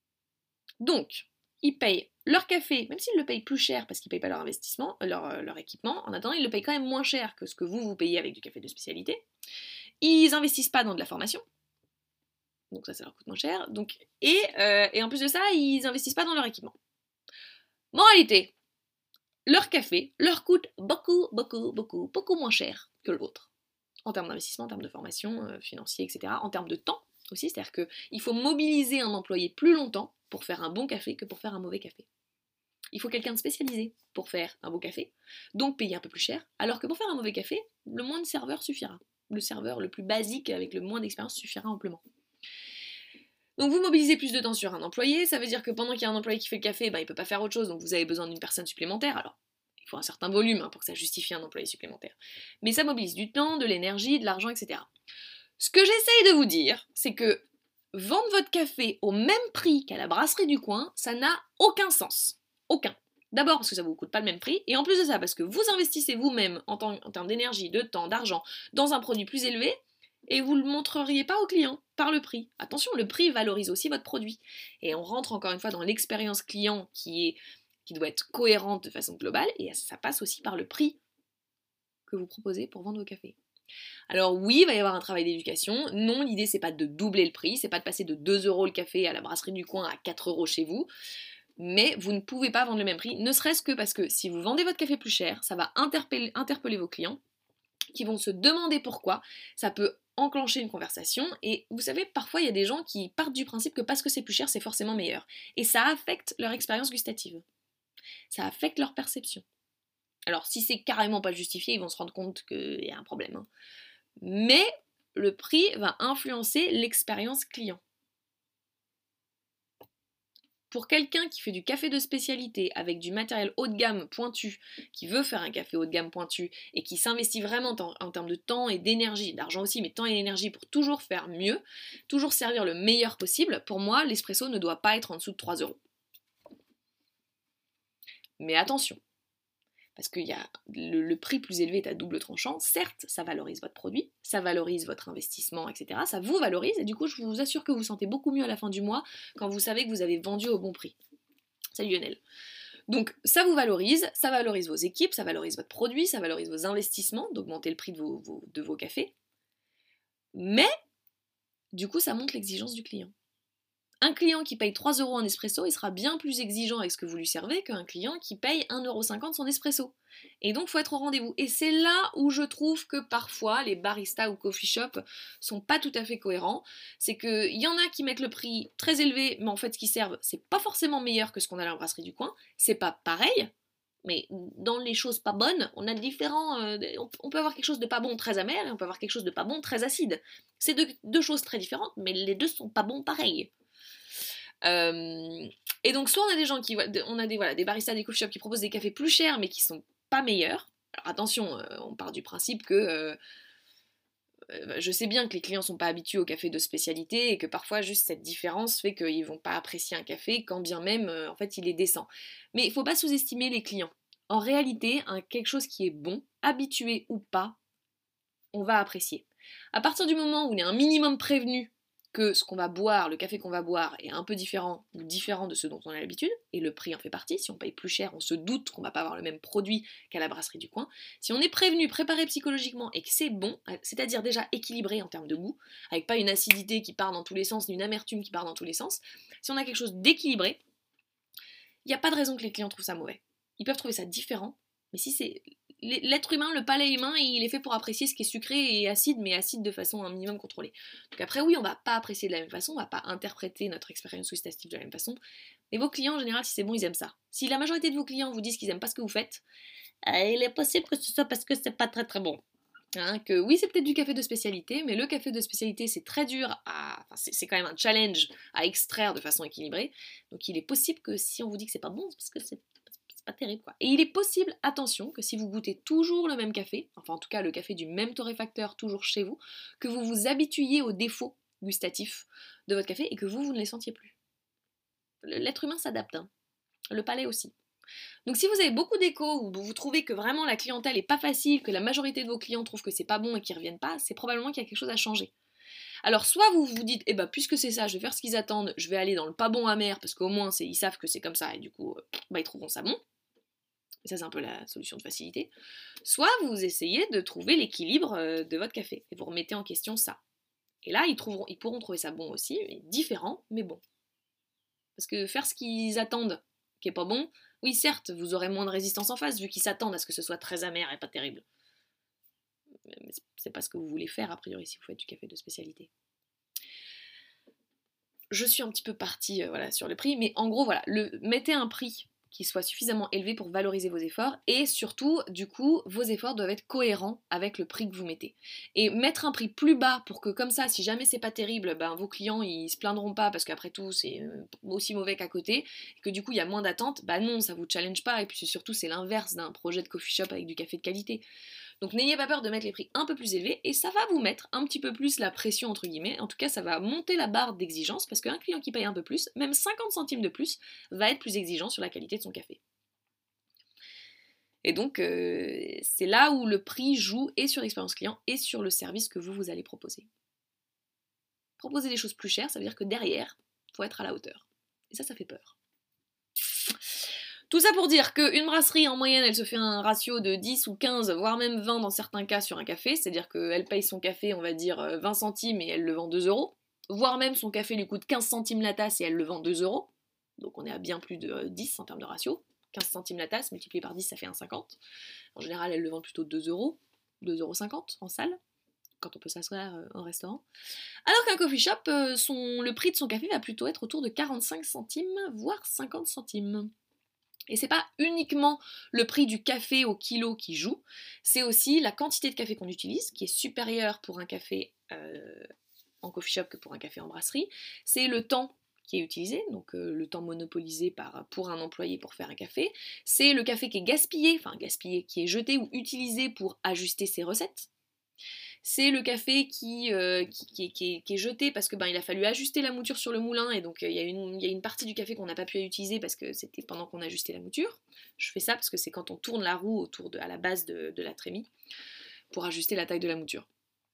Donc, ils payent leur café, même s'ils le payent plus cher parce qu'ils ne payent pas leur investissement, leur, leur équipement, en attendant, ils le payent quand même moins cher que ce que vous, vous payez avec du café de spécialité. Ils n'investissent pas dans de la formation. Donc ça, ça leur coûte moins cher. Donc, et, euh, et en plus de ça, ils n'investissent pas dans leur équipement. Moralité, leur café leur coûte beaucoup, beaucoup, beaucoup, beaucoup moins cher que l'autre. En termes d'investissement, en termes de formation, euh, financier, et cetera. En termes de temps aussi, c'est-à-dire qu'il faut mobiliser un employé plus longtemps pour faire un bon café que pour faire un mauvais café. Il faut quelqu'un de spécialisé pour faire un bon café, donc payer un peu plus cher, alors que pour faire un mauvais café, le moins de serveur suffira. Le serveur le plus basique avec le moins d'expérience suffira amplement. Donc vous mobilisez plus de temps sur un employé, ça veut dire que pendant qu'il y a un employé qui fait le café, ben, il ne peut pas faire autre chose, donc vous avez besoin d'une personne supplémentaire. Alors, il faut un certain volume hein, pour que ça justifie un employé supplémentaire. Mais ça mobilise du temps, de l'énergie, de l'argent, et cetera. Ce que j'essaye de vous dire, c'est que vendre votre café au même prix qu'à la brasserie du coin, ça n'a aucun sens. Aucun. D'abord parce que ça ne vous coûte pas le même prix, et en plus de ça, parce que vous investissez vous-même en, en termes d'énergie, de temps, d'argent, dans un produit plus élevé, et vous ne le montreriez pas au client par le prix. Attention, le prix valorise aussi votre produit. Et on rentre encore une fois dans l'expérience client qui, est, qui doit être cohérente de façon globale, et ça passe aussi par le prix que vous proposez pour vendre vos cafés. Alors oui, il va y avoir un travail d'éducation. Non, l'idée c'est pas de doubler le prix, c'est pas de passer de deux euros le café à la brasserie du coin à quatre euros chez vous. Mais vous ne pouvez pas vendre le même prix, ne serait-ce que parce que si vous vendez votre café plus cher, ça va interpeller, interpeller vos clients qui vont se demander pourquoi. Ça peut enclencher une conversation et vous savez, parfois il y a des gens qui partent du principe que parce que c'est plus cher, c'est forcément meilleur. Et ça affecte leur expérience gustative. Ça affecte leur perception. Alors si c'est carrément pas justifié, ils vont se rendre compte qu'il y a un problème. Hein. Mais le prix va influencer l'expérience client. Pour quelqu'un qui fait du café de spécialité avec du matériel haut de gamme pointu, qui veut faire un café haut de gamme pointu et qui s'investit vraiment en, en termes de temps et d'énergie, d'argent aussi, mais temps et d'énergie pour toujours faire mieux, toujours servir le meilleur possible, pour moi, l'espresso ne doit pas être en dessous de trois euros. Mais attention, parce que y a le, le prix plus élevé est à double tranchant, certes, ça valorise votre produit, ça valorise votre investissement, et cetera. Ça vous valorise, et du coup, je vous assure que vous vous sentez beaucoup mieux à la fin du mois quand vous savez que vous avez vendu au bon prix. Salut Lionel. Donc, ça vous valorise, ça valorise vos équipes, ça valorise votre produit, ça valorise vos investissements, d'augmenter le prix de vos, vos, de vos cafés. Mais, du coup, ça monte l'exigence du client. Un client qui paye trois euros un espresso, il sera bien plus exigeant avec ce que vous lui servez qu'un client qui paye un euro cinquante son espresso. Et donc, il faut être au rendez-vous. Et c'est là où je trouve que parfois, les baristas ou coffee shops sont pas tout à fait cohérents. C'est qu'il y en a qui mettent le prix très élevé, mais en fait, ce qu'ils servent, c'est pas forcément meilleur que ce qu'on a à la brasserie du coin. C'est pas pareil, mais dans les choses pas bonnes, on a différents... Euh, on peut avoir quelque chose de pas bon très amer, et on peut avoir quelque chose de pas bon très acide. C'est deux, deux choses très différentes, mais les deux sont pas bons pareils. Euh, et donc soit on a des gens qui on a des voilà des baristas des coffee shops qui proposent des cafés plus chers mais qui sont pas meilleurs. Alors attention, euh, on part du principe que euh, euh, je sais bien que les clients sont pas habitués au café de spécialité et que parfois juste cette différence fait qu'ils vont pas apprécier un café quand bien même euh, en fait il est décent. Mais il faut pas sous-estimer les clients. En réalité, un, quelque chose qui est bon, habitué ou pas, on va apprécier. À partir du moment où on est un minimum prévenu que ce qu'on va boire, le café qu'on va boire est un peu différent ou différent de ce dont on a l'habitude, et le prix en fait partie, si on paye plus cher, on se doute qu'on va pas avoir le même produit qu'à la brasserie du coin. Si on est prévenu, préparé psychologiquement et que c'est bon, c'est-à-dire déjà équilibré en termes de goût, avec pas une acidité qui part dans tous les sens, ni une amertume qui part dans tous les sens, si on a quelque chose d'équilibré, il n'y a pas de raison que les clients trouvent ça mauvais. Ils peuvent trouver ça différent, mais si c'est l'être humain, le palais humain, il est fait pour apprécier ce qui est sucré et acide, mais acide de façon un minimum contrôlée. Donc après, oui, on va pas apprécier de la même façon, on va pas interpréter notre expérience gustative de la même façon, mais vos clients, en général, si c'est bon, ils aiment ça. Si la majorité de vos clients vous disent qu'ils aiment pas ce que vous faites, euh, il est possible que ce soit parce que c'est pas très très bon. Hein, que oui, c'est peut-être du café de spécialité, mais le café de spécialité, c'est très dur à... Enfin, c'est quand même un challenge à extraire de façon équilibrée. Donc il est possible que si on vous dit que c'est pas bon, c'est parce que c'est pas terrible quoi. Et il est possible, attention, que si vous goûtez toujours le même café, enfin en tout cas le café du même torréfacteur toujours chez vous, que vous vous habituiez aux défauts gustatifs de votre café et que vous, vous ne les sentiez plus. L'être humain s'adapte, hein. Le palais aussi. Donc si vous avez beaucoup d'échos ou vous trouvez que vraiment la clientèle est pas facile, que la majorité de vos clients trouvent que c'est pas bon et qu'ils reviennent pas, c'est probablement qu'il y a quelque chose à changer. Alors soit vous vous dites, eh ben puisque c'est ça, je vais faire ce qu'ils attendent, je vais aller dans le pas bon amer parce qu'au moins ils savent que c'est comme ça et du coup bah, ils trouveront ça bon. Et ça c'est un peu la solution de facilité. Soit vous essayez de trouver l'équilibre de votre café et vous remettez en question ça. Et là ils, trouveront, ils pourront trouver ça bon aussi, différent mais bon. Parce que faire ce qu'ils attendent qui est pas bon, oui certes vous aurez moins de résistance en face vu qu'ils s'attendent à ce que ce soit très amer et pas terrible. Mais c'est pas ce que vous voulez faire a priori si vous faites du café de spécialité. Je suis un petit peu partie euh, voilà, sur le prix, mais en gros voilà, le, mettez un prix qui soit suffisamment élevé pour valoriser vos efforts et surtout du coup vos efforts doivent être cohérents avec le prix que vous mettez. Et mettre un prix plus bas pour que comme ça si jamais c'est pas terrible, ben, vos clients ils se plaindront pas parce qu'après tout c'est aussi mauvais qu'à côté et que du coup il y a moins d'attente, bah non ça vous challenge pas et puis surtout c'est l'inverse d'un projet de coffee shop avec du café de qualité. Donc n'ayez pas peur de mettre les prix un peu plus élevés et ça va vous mettre un petit peu plus la pression entre guillemets, en tout cas ça va monter la barre d'exigence parce qu'un client qui paye un peu plus, même cinquante centimes de plus, va être plus exigeant sur la qualité de son café. Et donc euh, c'est là où le prix joue et sur l'expérience client et sur le service que vous, vous allez proposer. Proposer des choses plus chères, ça veut dire que derrière, il faut être à la hauteur. Et ça, ça fait peur. Tout ça pour dire qu'une brasserie, en moyenne, elle se fait un ratio de dix ou quinze, voire même vingt dans certains cas sur un café, c'est-à-dire qu'elle paye son café, on va dire, vingt centimes et elle le vend deux euros, voire même son café lui coûte quinze centimes la tasse et elle le vend deux euros, donc on est à bien plus de dix en termes de ratio, quinze centimes la tasse, multiplié par dix, ça fait un virgule cinquante. En général, elle le vend plutôt deux euros, deux euros cinquante en salle, quand on peut s'asseoir en restaurant. Alors qu'un coffee shop, son, le prix de son café va plutôt être autour de quarante-cinq centimes, voire cinquante centimes. Et c'est pas uniquement le prix du café au kilo qui joue, c'est aussi la quantité de café qu'on utilise, qui est supérieure pour un café euh, en coffee shop que pour un café en brasserie. C'est le temps qui est utilisé, donc euh, le temps monopolisé par, pour un employé pour faire un café. C'est le café qui est gaspillé, enfin gaspillé, qui est jeté ou utilisé pour ajuster ses recettes. C'est le café qui, euh, qui, qui, qui, est, qui est jeté parce que ben, il a fallu ajuster la mouture sur le moulin et donc il euh, y, y a une partie du café qu'on n'a pas pu utiliser parce que c'était pendant qu'on ajustait la mouture. Je fais ça parce que c'est quand on tourne la roue autour de, à la base de, de la trémie pour ajuster la taille de la mouture.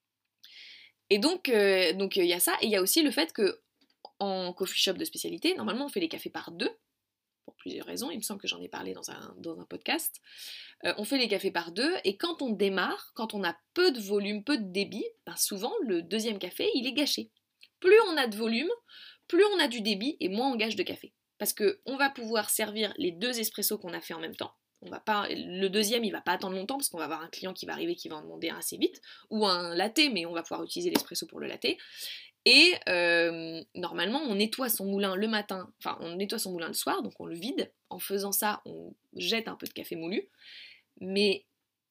Et donc il euh, donc, y a ça, et il y a aussi le fait que en coffee shop de spécialité, normalement on fait les cafés par deux, pour plusieurs raisons, il me semble que j'en ai parlé dans un, dans un podcast. Euh, on fait les cafés par deux, et quand on démarre, quand on a peu de volume, peu de débit, ben souvent le deuxième café, il est gâché. Plus on a de volume, plus on a du débit, et moins on gâche de café. Parce qu'on va pouvoir servir les deux espressos qu'on a fait en même temps. On va pas, le deuxième, il va pas attendre longtemps, parce qu'on va avoir un client qui va arriver, qui va en demander un assez vite, ou un latte, mais on va pouvoir utiliser l'espresso pour le latte. Et euh, normalement, on nettoie son moulin le matin, enfin on nettoie son moulin le soir, donc on le vide. En faisant ça, on jette un peu de café moulu. Mais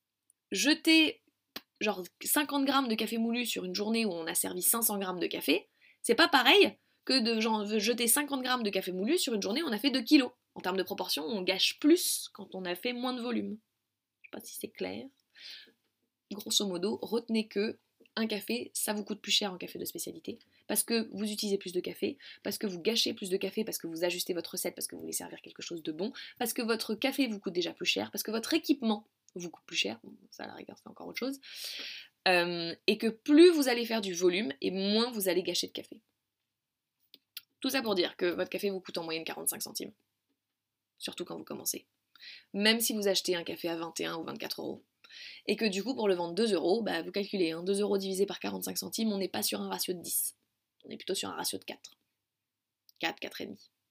jeter genre cinquante grammes de café moulu sur une journée où on a servi cinq cents grammes de café, c'est pas pareil que de genre, jeter cinquante grammes de café moulu sur une journée où on a fait deux kilos. En termes de proportion, on gâche plus quand on a fait moins de volume. Je sais pas si c'est clair. Grosso modo, retenez que un café, ça vous coûte plus cher en café de spécialité, parce que vous utilisez plus de café, parce que vous gâchez plus de café, parce que vous ajustez votre recette, parce que vous voulez servir quelque chose de bon, parce que votre café vous coûte déjà plus cher, parce que votre équipement vous coûte plus cher, bon, ça à la rigueur c'est encore autre chose, euh, et que plus vous allez faire du volume, et moins vous allez gâcher de café. Tout ça pour dire que votre café vous coûte en moyenne quarante-cinq centimes, surtout quand vous commencez. Même si vous achetez un café à vingt et un ou vingt-quatre euros. Et que du coup, pour le vendre deux euros, bah, vous calculez, hein, deux euros divisé par quarante-cinq centimes, on n'est pas sur un ratio de dix. On est plutôt sur un ratio de quatre. quatre, quatre virgule cinq.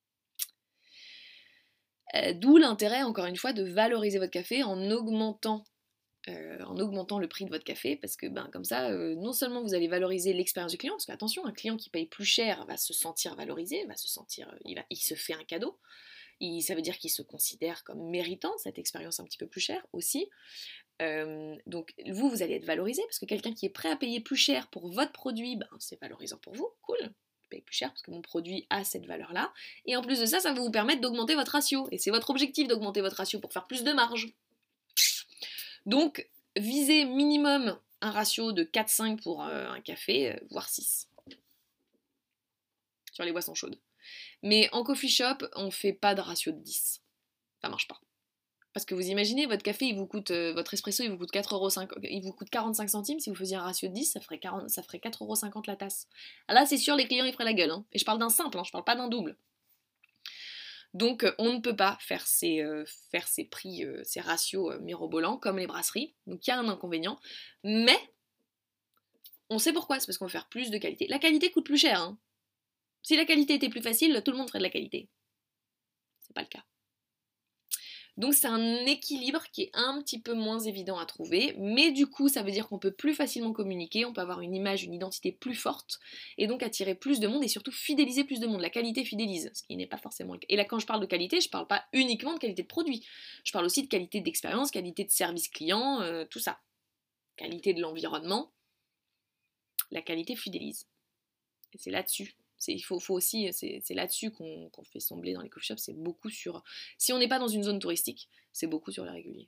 Euh, D'où l'intérêt, encore une fois, de valoriser votre café en augmentant, euh, en augmentant le prix de votre café, parce que ben, comme ça, euh, non seulement vous allez valoriser l'expérience du client, parce qu'attention, un client qui paye plus cher va se sentir valorisé, va se sentir, il, va, il se fait un cadeau. Il, ça veut dire qu'il se considère comme méritant cette expérience un petit peu plus chère aussi. Euh, donc vous, vous allez être valorisé parce que quelqu'un qui est prêt à payer plus cher pour votre produit, ben, c'est valorisant pour vous, cool. Je paye plus cher parce que mon produit a cette valeur-là. Et en plus de ça, ça va vous permettre d'augmenter votre ratio. Et c'est votre objectif d'augmenter votre ratio pour faire plus de marge. Donc visez minimum un ratio de quatre cinq pour euh, un café, euh, voire six. Sur les boissons chaudes. Mais en coffee shop, on fait pas de ratio de dix. Ça marche pas. Parce que vous imaginez, votre café, il vous coûte, euh, votre espresso, il vous coûte quatre euros cinquante, il vous coûte quarante-cinq centimes. Si vous faisiez un ratio de dix, ça ferait, quarante, ça ferait quatre euros cinquante la tasse. Alors là, c'est sûr, les clients, ils feraient la gueule. Hein. Et je parle d'un simple, hein, je parle pas d'un double. Donc, euh, on ne peut pas faire ces, euh, faire ces prix, euh, ces ratios euh, mirobolants, comme les brasseries. Donc, il y a un inconvénient. Mais, on sait pourquoi. C'est parce qu'on veut faire plus de qualité. La qualité coûte plus cher, hein. Si la qualité était plus facile, tout le monde ferait de la qualité. C'est pas le cas. Donc c'est un équilibre qui est un petit peu moins évident à trouver, mais du coup ça veut dire qu'on peut plus facilement communiquer, on peut avoir une image, une identité plus forte, et donc attirer plus de monde et surtout fidéliser plus de monde. La qualité fidélise, ce qui n'est pas forcément le cas. Et là quand je parle de qualité, je parle pas uniquement de qualité de produit, je parle aussi de qualité d'expérience, qualité de service client, euh, tout ça. Qualité de l'environnement. La qualité fidélise. Et c'est là-dessus. Il faut, faut aussi, c'est là-dessus qu'on qu'on fait sembler dans les coffee shops, c'est beaucoup sur... Si on n'est pas dans une zone touristique, c'est beaucoup sur le régulier.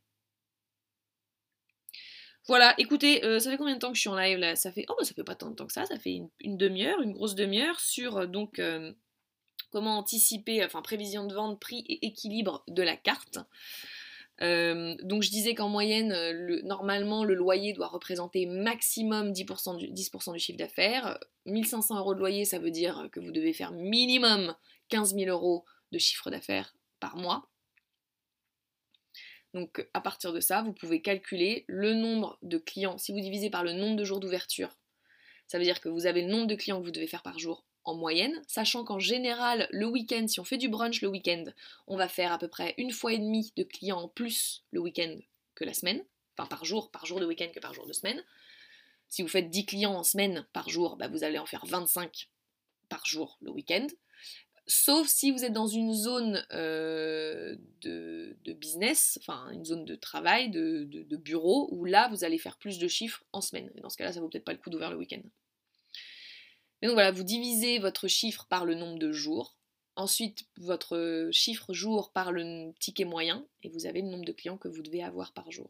Voilà, écoutez, euh, ça fait combien de temps que je suis en live là? Ça fait, oh, bah, ça fait pas tant de temps que ça, ça fait une, une demi-heure, une grosse demi-heure sur euh, donc euh, comment anticiper, enfin prévision de vente, prix et équilibre de la carte. Euh, donc je disais qu'en moyenne, le, normalement le loyer doit représenter maximum dix pour cent du, dix pour cent du chiffre d'affaires. mille cinq cents euros de loyer, ça veut dire que vous devez faire minimum quinze mille euros de chiffre d'affaires par mois. Donc à partir de ça, vous pouvez calculer le nombre de clients. Si vous divisez par le nombre de jours d'ouverture, ça veut dire que vous avez le nombre de clients que vous devez faire par jour en moyenne, sachant qu'en général, le week-end, si on fait du brunch le week-end, on va faire à peu près une fois et demie de clients en plus le week-end que la semaine, enfin par jour, par jour de week-end que par jour de semaine. Si vous faites dix clients en semaine par jour, bah vous allez en faire vingt-cinq par jour le week-end. Sauf si vous êtes dans une zone euh, de, de business, enfin une zone de travail, de, de, de bureau, où là vous allez faire plus de chiffres en semaine. Et dans ce cas-là, ça vaut peut-être pas le coup d'ouvrir le week-end. Mais donc voilà, vous divisez votre chiffre par le nombre de jours, ensuite votre chiffre jour par le ticket moyen, et vous avez le nombre de clients que vous devez avoir par jour.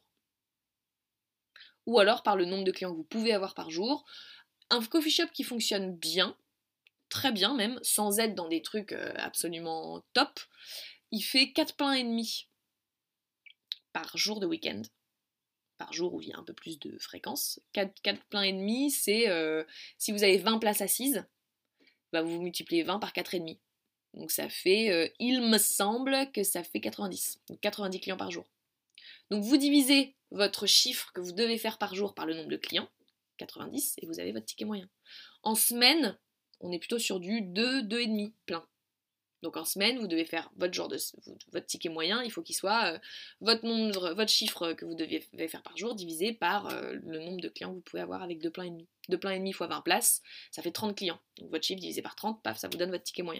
Ou alors par le nombre de clients que vous pouvez avoir par jour. Un coffee shop qui fonctionne bien, très bien même, sans être dans des trucs absolument top, il fait quatre pleins et demi par jour de week-end. Par jour où il y a un peu plus de fréquence. quatre, quatre pleins et demi, c'est euh, si vous avez vingt places assises, bah vous multipliez vingt par quatre virgule cinq. Donc ça fait, euh, il me semble que ça fait quatre-vingt-dix. Donc quatre-vingt-dix clients par jour. Donc vous divisez votre chiffre que vous devez faire par jour par le nombre de clients, quatre-vingt-dix, et vous avez votre ticket moyen. En semaine, on est plutôt sur du deux, deux virgule cinq plein. Donc en semaine, vous devez faire votre jour de votre ticket moyen, il faut qu'il soit euh, votre nombre, votre chiffre que vous devez faire par jour divisé par euh, le nombre de clients que vous pouvez avoir avec deux pleins et demi. deux pleins et demi fois vingt places, ça fait trente clients. Donc votre chiffre divisé par trente, paf, ça vous donne votre ticket moyen.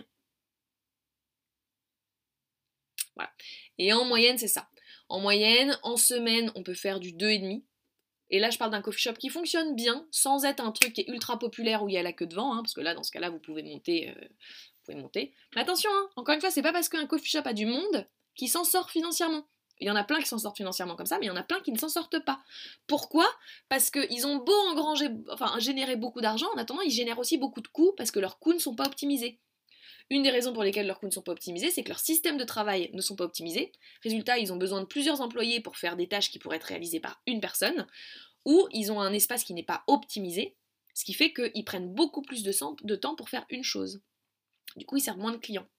Voilà. Et en moyenne, c'est ça. En moyenne, en semaine, on peut faire du deux virgule cinq. Et là, je parle d'un coffee shop qui fonctionne bien, sans être un truc qui est ultra populaire où il y a la queue devant, hein, parce que là, dans ce cas-là, vous pouvez monter... Euh, monter. Mais attention, hein, encore une fois, c'est pas parce qu'un coffee shop a du monde qu'il s'en sort financièrement. Il y en a plein qui s'en sortent financièrement comme ça, mais il y en a plein qui ne s'en sortent pas. Pourquoi? Parce qu'ils ont beau engranger, enfin générer beaucoup d'argent, en attendant, ils génèrent aussi beaucoup de coûts parce que leurs coûts ne sont pas optimisés. Une des raisons pour lesquelles leurs coûts ne sont pas optimisés, c'est que leurs systèmes de travail ne sont pas optimisés. Résultat, ils ont besoin de plusieurs employés pour faire des tâches qui pourraient être réalisées par une personne, ou ils ont un espace qui n'est pas optimisé, ce qui fait qu'ils prennent beaucoup plus de temps pour faire une chose. Du coup, ils servent moins de clients.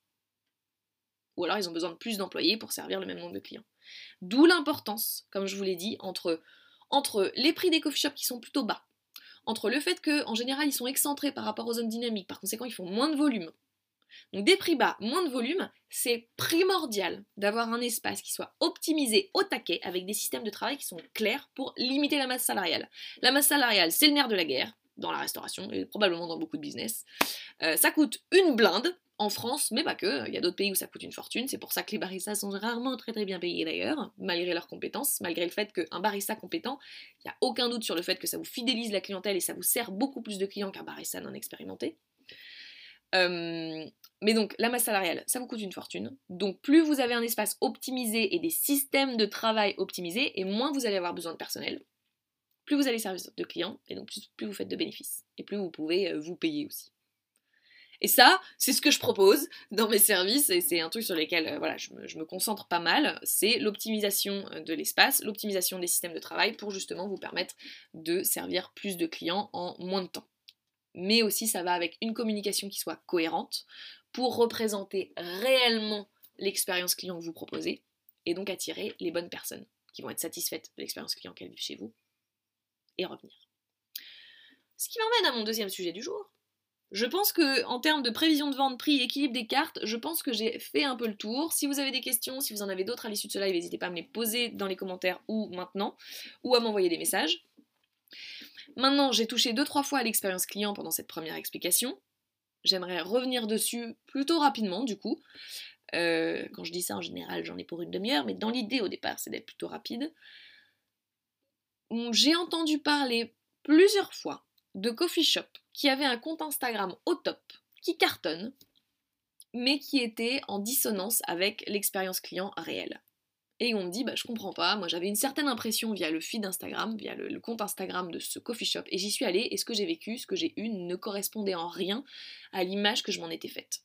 Ou alors ils ont besoin de plus d'employés pour servir le même nombre de clients. D'où l'importance, comme je vous l'ai dit, entre, entre les prix des coffee shops qui sont plutôt bas, entre le fait qu'en général ils sont excentrés par rapport aux zones dynamiques, par conséquent ils font moins de volume. Donc des prix bas, moins de volume, c'est primordial d'avoir un espace qui soit optimisé au taquet avec des systèmes de travail qui sont clairs pour limiter la masse salariale. La masse salariale, c'est le nerf de la guerre dans la restauration et probablement dans beaucoup de business. Euh, ça coûte une blinde en France, mais pas que. Il y a d'autres pays où ça coûte une fortune. C'est pour ça que les baristas sont rarement très très bien payés d'ailleurs, malgré leurs compétences, malgré le fait qu'un barista compétent, il n'y a aucun doute sur le fait que ça vous fidélise la clientèle et ça vous sert beaucoup plus de clients qu'un barista non expérimenté. Euh, mais donc la masse salariale, ça vous coûte une fortune. Donc plus vous avez un espace optimisé et des systèmes de travail optimisés, et moins vous allez avoir besoin de personnel. Plus vous allez servir de clients, et donc plus, plus vous faites de bénéfices. Et plus vous pouvez euh, vous payer aussi. Et ça, c'est ce que je propose dans mes services, et c'est un truc sur lequel euh, voilà, je, me, je me concentre pas mal, c'est l'optimisation de l'espace, l'optimisation des systèmes de travail pour justement vous permettre de servir plus de clients en moins de temps. Mais aussi ça va avec une communication qui soit cohérente pour représenter réellement l'expérience client que vous proposez, et donc attirer les bonnes personnes qui vont être satisfaites de l'expérience client qu'elles vivent chez vous, et revenir. Ce qui m'emmène à mon deuxième sujet du jour. Je pense que en termes de prévision de vente, prix, équilibre des cartes, je pense que j'ai fait un peu le tour. Si vous avez des questions, si vous en avez d'autres à l'issue de ce live, n'hésitez pas à me les poser dans les commentaires ou maintenant, ou à m'envoyer des messages. Maintenant, j'ai touché deux trois fois à l'expérience client pendant cette première explication. J'aimerais revenir dessus plutôt rapidement, du coup. Euh, quand je dis ça, en général, j'en ai pour une demi-heure, mais dans l'idée, au départ, c'est d'être plutôt rapide. J'ai entendu parler plusieurs fois de coffee shop qui avaient un compte Instagram au top, qui cartonne, mais qui était en dissonance avec l'expérience client réelle. Et on me dit, bah je comprends pas, moi j'avais une certaine impression via le feed Instagram, via le, le compte Instagram de ce coffee shop, et j'y suis allée, et ce que j'ai vécu, ce que j'ai eu, ne correspondait en rien à l'image que je m'en étais faite.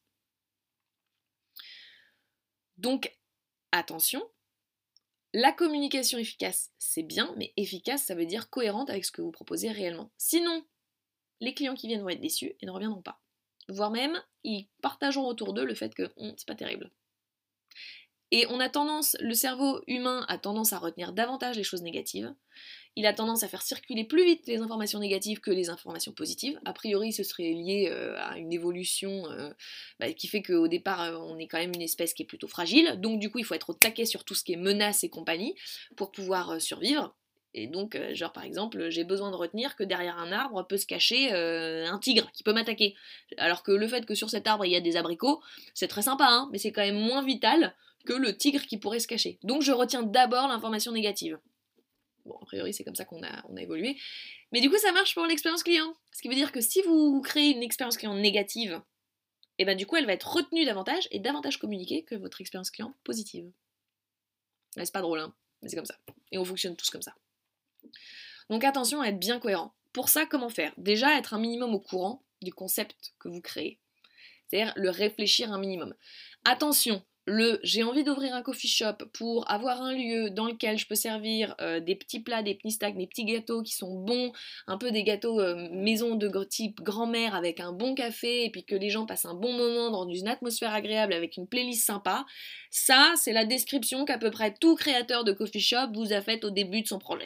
Donc, attention, la communication efficace, c'est bien, mais efficace, ça veut dire cohérente avec ce que vous proposez réellement. Sinon, les clients qui viennent vont être déçus et ne reviendront pas. Voire même, ils partageront autour d'eux le fait que hm, c'est pas terrible. Et on a tendance, le cerveau humain a tendance à retenir davantage les choses négatives. Il a tendance à faire circuler plus vite les informations négatives que les informations positives. A priori, ce serait lié euh, à une évolution euh, bah, qui fait qu'au départ, euh, on est quand même une espèce qui est plutôt fragile. Donc du coup, il faut être au taquet sur tout ce qui est menaces et compagnie pour pouvoir euh, survivre. Et donc, euh, genre par exemple, j'ai besoin de retenir que derrière un arbre peut se cacher euh, un tigre qui peut m'attaquer. Alors que le fait que sur cet arbre il y a des abricots, c'est très sympa, hein, mais c'est quand même moins vital que le tigre qui pourrait se cacher. Donc je retiens d'abord l'information négative. Bon, a priori c'est comme ça qu'on a, on a évolué. Mais du coup ça marche pour l'expérience client. Ce qui veut dire que si vous créez une expérience client négative, et ben du coup elle va être retenue davantage et davantage communiquée que votre expérience client positive. Ouais, c'est pas drôle, hein, mais c'est comme ça. Et on fonctionne tous comme ça. Donc attention à être bien cohérent. Pour ça, comment faire? Déjà, être un minimum au courant du concept que vous créez. C'est-à-dire le réfléchir un minimum. Attention, le j'ai envie d'ouvrir un coffee shop pour avoir un lieu dans lequel je peux servir euh, des petits plats, des petits snacks, des petits gâteaux qui sont bons, un peu des gâteaux euh, maison de type grand-mère avec un bon café et puis que les gens passent un bon moment dans une atmosphère agréable avec une playlist sympa. Ça, c'est la description qu'à peu près tout créateur de coffee shop vous a faite au début de son projet.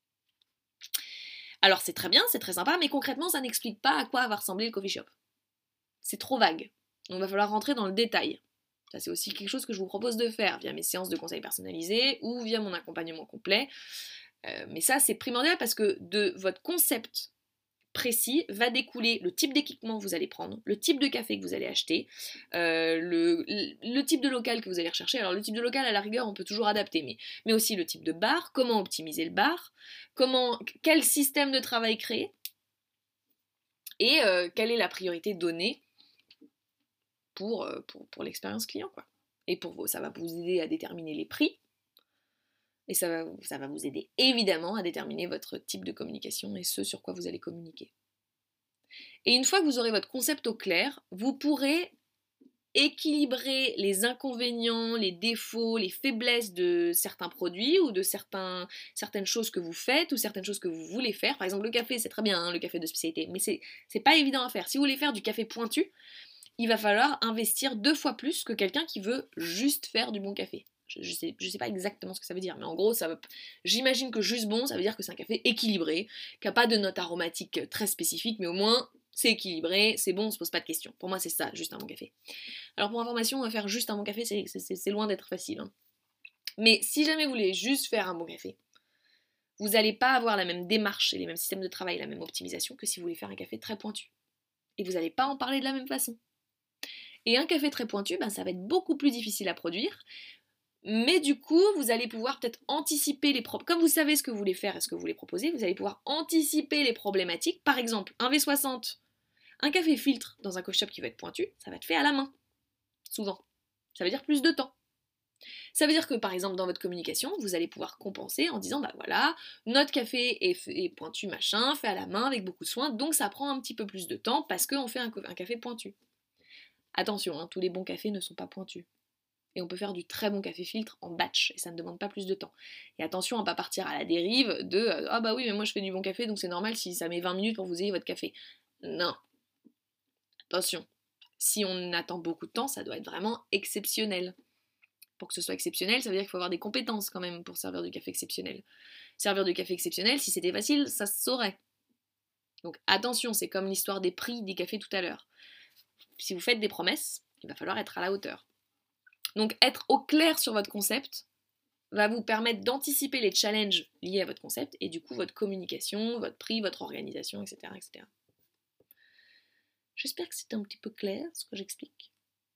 Alors c'est très bien, c'est très sympa, mais concrètement ça n'explique pas à quoi va ressembler le coffee shop. C'est trop vague. Donc il va falloir rentrer dans le détail. Ça c'est aussi quelque chose que je vous propose de faire via mes séances de conseils personnalisés ou via mon accompagnement complet. Euh, mais ça c'est primordial parce que de votre concept précis va découler le type d'équipement que vous allez prendre, le type de café que vous allez acheter, euh, le, le type de local que vous allez rechercher. Alors le type de local à la rigueur on peut toujours adapter, mais, mais aussi le type de bar, comment optimiser le bar, comment, quel système de travail créer et euh, quelle est la priorité donnée pour, euh, pour, pour l'expérience client, quoi. Et pour vous, ça va vous aider à déterminer les prix, Et ça va, ça va vous aider évidemment à déterminer votre type de communication et ce sur quoi vous allez communiquer. Et une fois que vous aurez votre concept au clair, vous pourrez équilibrer les inconvénients, les défauts, les faiblesses de certains produits ou de certains, certaines choses que vous faites ou certaines choses que vous voulez faire. Par exemple, le café, c'est très bien, hein, le café de spécialité, mais c'est, c'est pas évident à faire. Si vous voulez faire du café pointu, il va falloir investir deux fois plus que quelqu'un qui veut juste faire du bon café. Je, je, sais, je sais pas exactement ce que ça veut dire, mais en gros, ça veut, j'imagine que juste bon, ça veut dire que c'est un café équilibré, qui n'a pas de note aromatique très spécifique, mais au moins c'est équilibré, c'est bon, on se pose pas de questions. Pour moi, c'est ça, juste un bon café. Alors pour information, faire juste un bon café, c'est, c'est, c'est loin d'être facile. Hein. Mais si jamais vous voulez juste faire un bon café, vous n'allez pas avoir la même démarche et les mêmes systèmes de travail, la même optimisation que si vous voulez faire un café très pointu. Et vous n'allez pas en parler de la même façon. Et un café très pointu, ben, ça va être beaucoup plus difficile à produire. Mais du coup, vous allez pouvoir peut-être anticiper les problèmes. Comme vous savez ce que vous voulez faire et ce que vous voulez proposer, vous allez pouvoir anticiper les problématiques. Par exemple, un V soixante, un café filtre dans un coffee shop qui va être pointu, ça va être fait à la main. Souvent. Ça veut dire plus de temps. Ça veut dire que par exemple dans votre communication, vous allez pouvoir compenser en disant bah voilà, notre café est, est pointu machin, fait à la main avec beaucoup de soin, donc ça prend un petit peu plus de temps parce qu'on fait un, un café pointu. Attention, hein, tous les bons cafés ne sont pas pointus. Et on peut faire du très bon café filtre en batch, et ça ne demande pas plus de temps. Et attention à ne pas partir à la dérive de euh, ah bah oui mais moi je fais du bon café donc c'est normal si ça met vingt minutes pour que vous ayez votre café. Non. Attention. Si on attend beaucoup de temps, ça doit être vraiment exceptionnel. Pour que ce soit exceptionnel, ça veut dire qu'il faut avoir des compétences quand même pour servir du café exceptionnel. Servir du café exceptionnel, si c'était facile, ça se saurait. Donc attention, c'est comme l'histoire des prix des cafés tout à l'heure. Si vous faites des promesses, il va falloir être à la hauteur. Donc être au clair sur votre concept va vous permettre d'anticiper les challenges liés à votre concept et du coup votre communication, votre prix, votre organisation, et cetera et cetera. J'espère que c'était un petit peu clair ce que j'explique.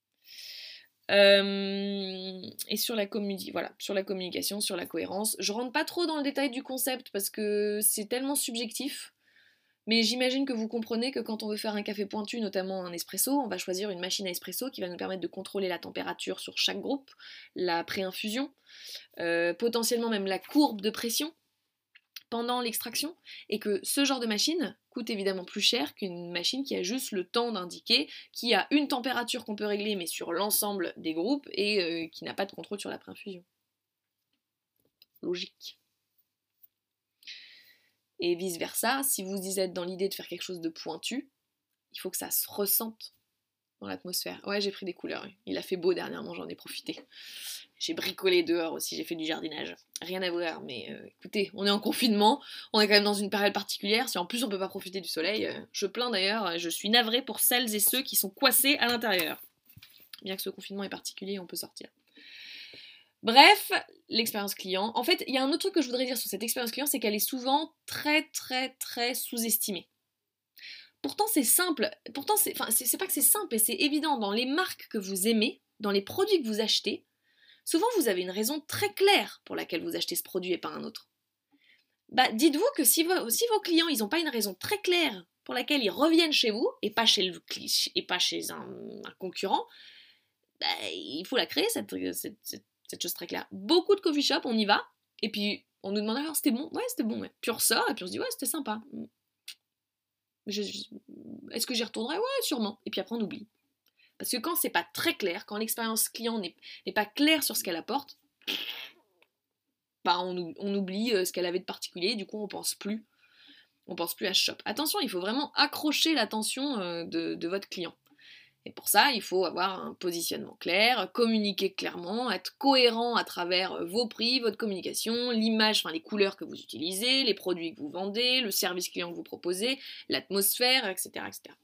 Euh, et sur la communi- voilà, sur la communication, sur la cohérence, je rentre pas trop dans le détail du concept parce que c'est tellement subjectif. Mais j'imagine que vous comprenez que quand on veut faire un café pointu, notamment un espresso, on va choisir une machine à espresso qui va nous permettre de contrôler la température sur chaque groupe, la pré-infusion, euh, potentiellement même la courbe de pression pendant l'extraction, et que ce genre de machine coûte évidemment plus cher qu'une machine qui a juste le temps d'indiquer, qui a une température qu'on peut régler mais sur l'ensemble des groupes et euh, qui n'a pas de contrôle sur la pré-infusion. Logique. Et vice versa, si vous êtes dans l'idée de faire quelque chose de pointu, il faut que ça se ressente dans l'atmosphère. Ouais, j'ai pris des couleurs, il a fait beau dernièrement, j'en ai profité. J'ai bricolé dehors aussi, j'ai fait du jardinage. Rien à voir, mais euh, écoutez, on est en confinement, on est quand même dans une période particulière, si en plus on peut pas profiter du soleil, euh, je plains d'ailleurs, je suis navrée pour celles et ceux qui sont coincés à l'intérieur. Bien que ce confinement est particulier, on peut sortir. Bref, l'expérience client. En fait, il y a un autre truc que je voudrais dire sur cette expérience client, c'est qu'elle est souvent très très très sous-estimée. Pourtant c'est simple, pourtant c'est, enfin, c'est, c'est pas que c'est simple, et c'est évident, dans les marques que vous aimez, dans les produits que vous achetez, souvent vous avez une raison très claire pour laquelle vous achetez ce produit et pas un autre. Bah dites-vous que si vos, si vos clients ils n'ont pas une raison très claire pour laquelle ils reviennent chez vous, et pas chez, le, et pas chez un, un concurrent, bah, il faut la créer cette, cette, cette cette chose très claire. Beaucoup de coffee shop, on y va, et puis on nous demande alors c'était bon, ouais c'était bon, ouais. Puis on ressort, et puis on se dit ouais c'était sympa. Je, je, est-ce que j'y retournerai? Ouais sûrement. Et puis après on oublie. Parce que quand c'est pas très clair, quand l'expérience client n'est, n'est pas claire sur ce qu'elle apporte, bah on, on oublie ce qu'elle avait de particulier, du coup on pense plus. On pense plus à ce shop. Attention, il faut vraiment accrocher l'attention de, de votre client. Et pour ça, il faut avoir un positionnement clair, communiquer clairement, être cohérent à travers vos prix, votre communication, l'image, enfin les couleurs que vous utilisez, les produits que vous vendez, le service client que vous proposez, l'atmosphère, et cetera et cetera.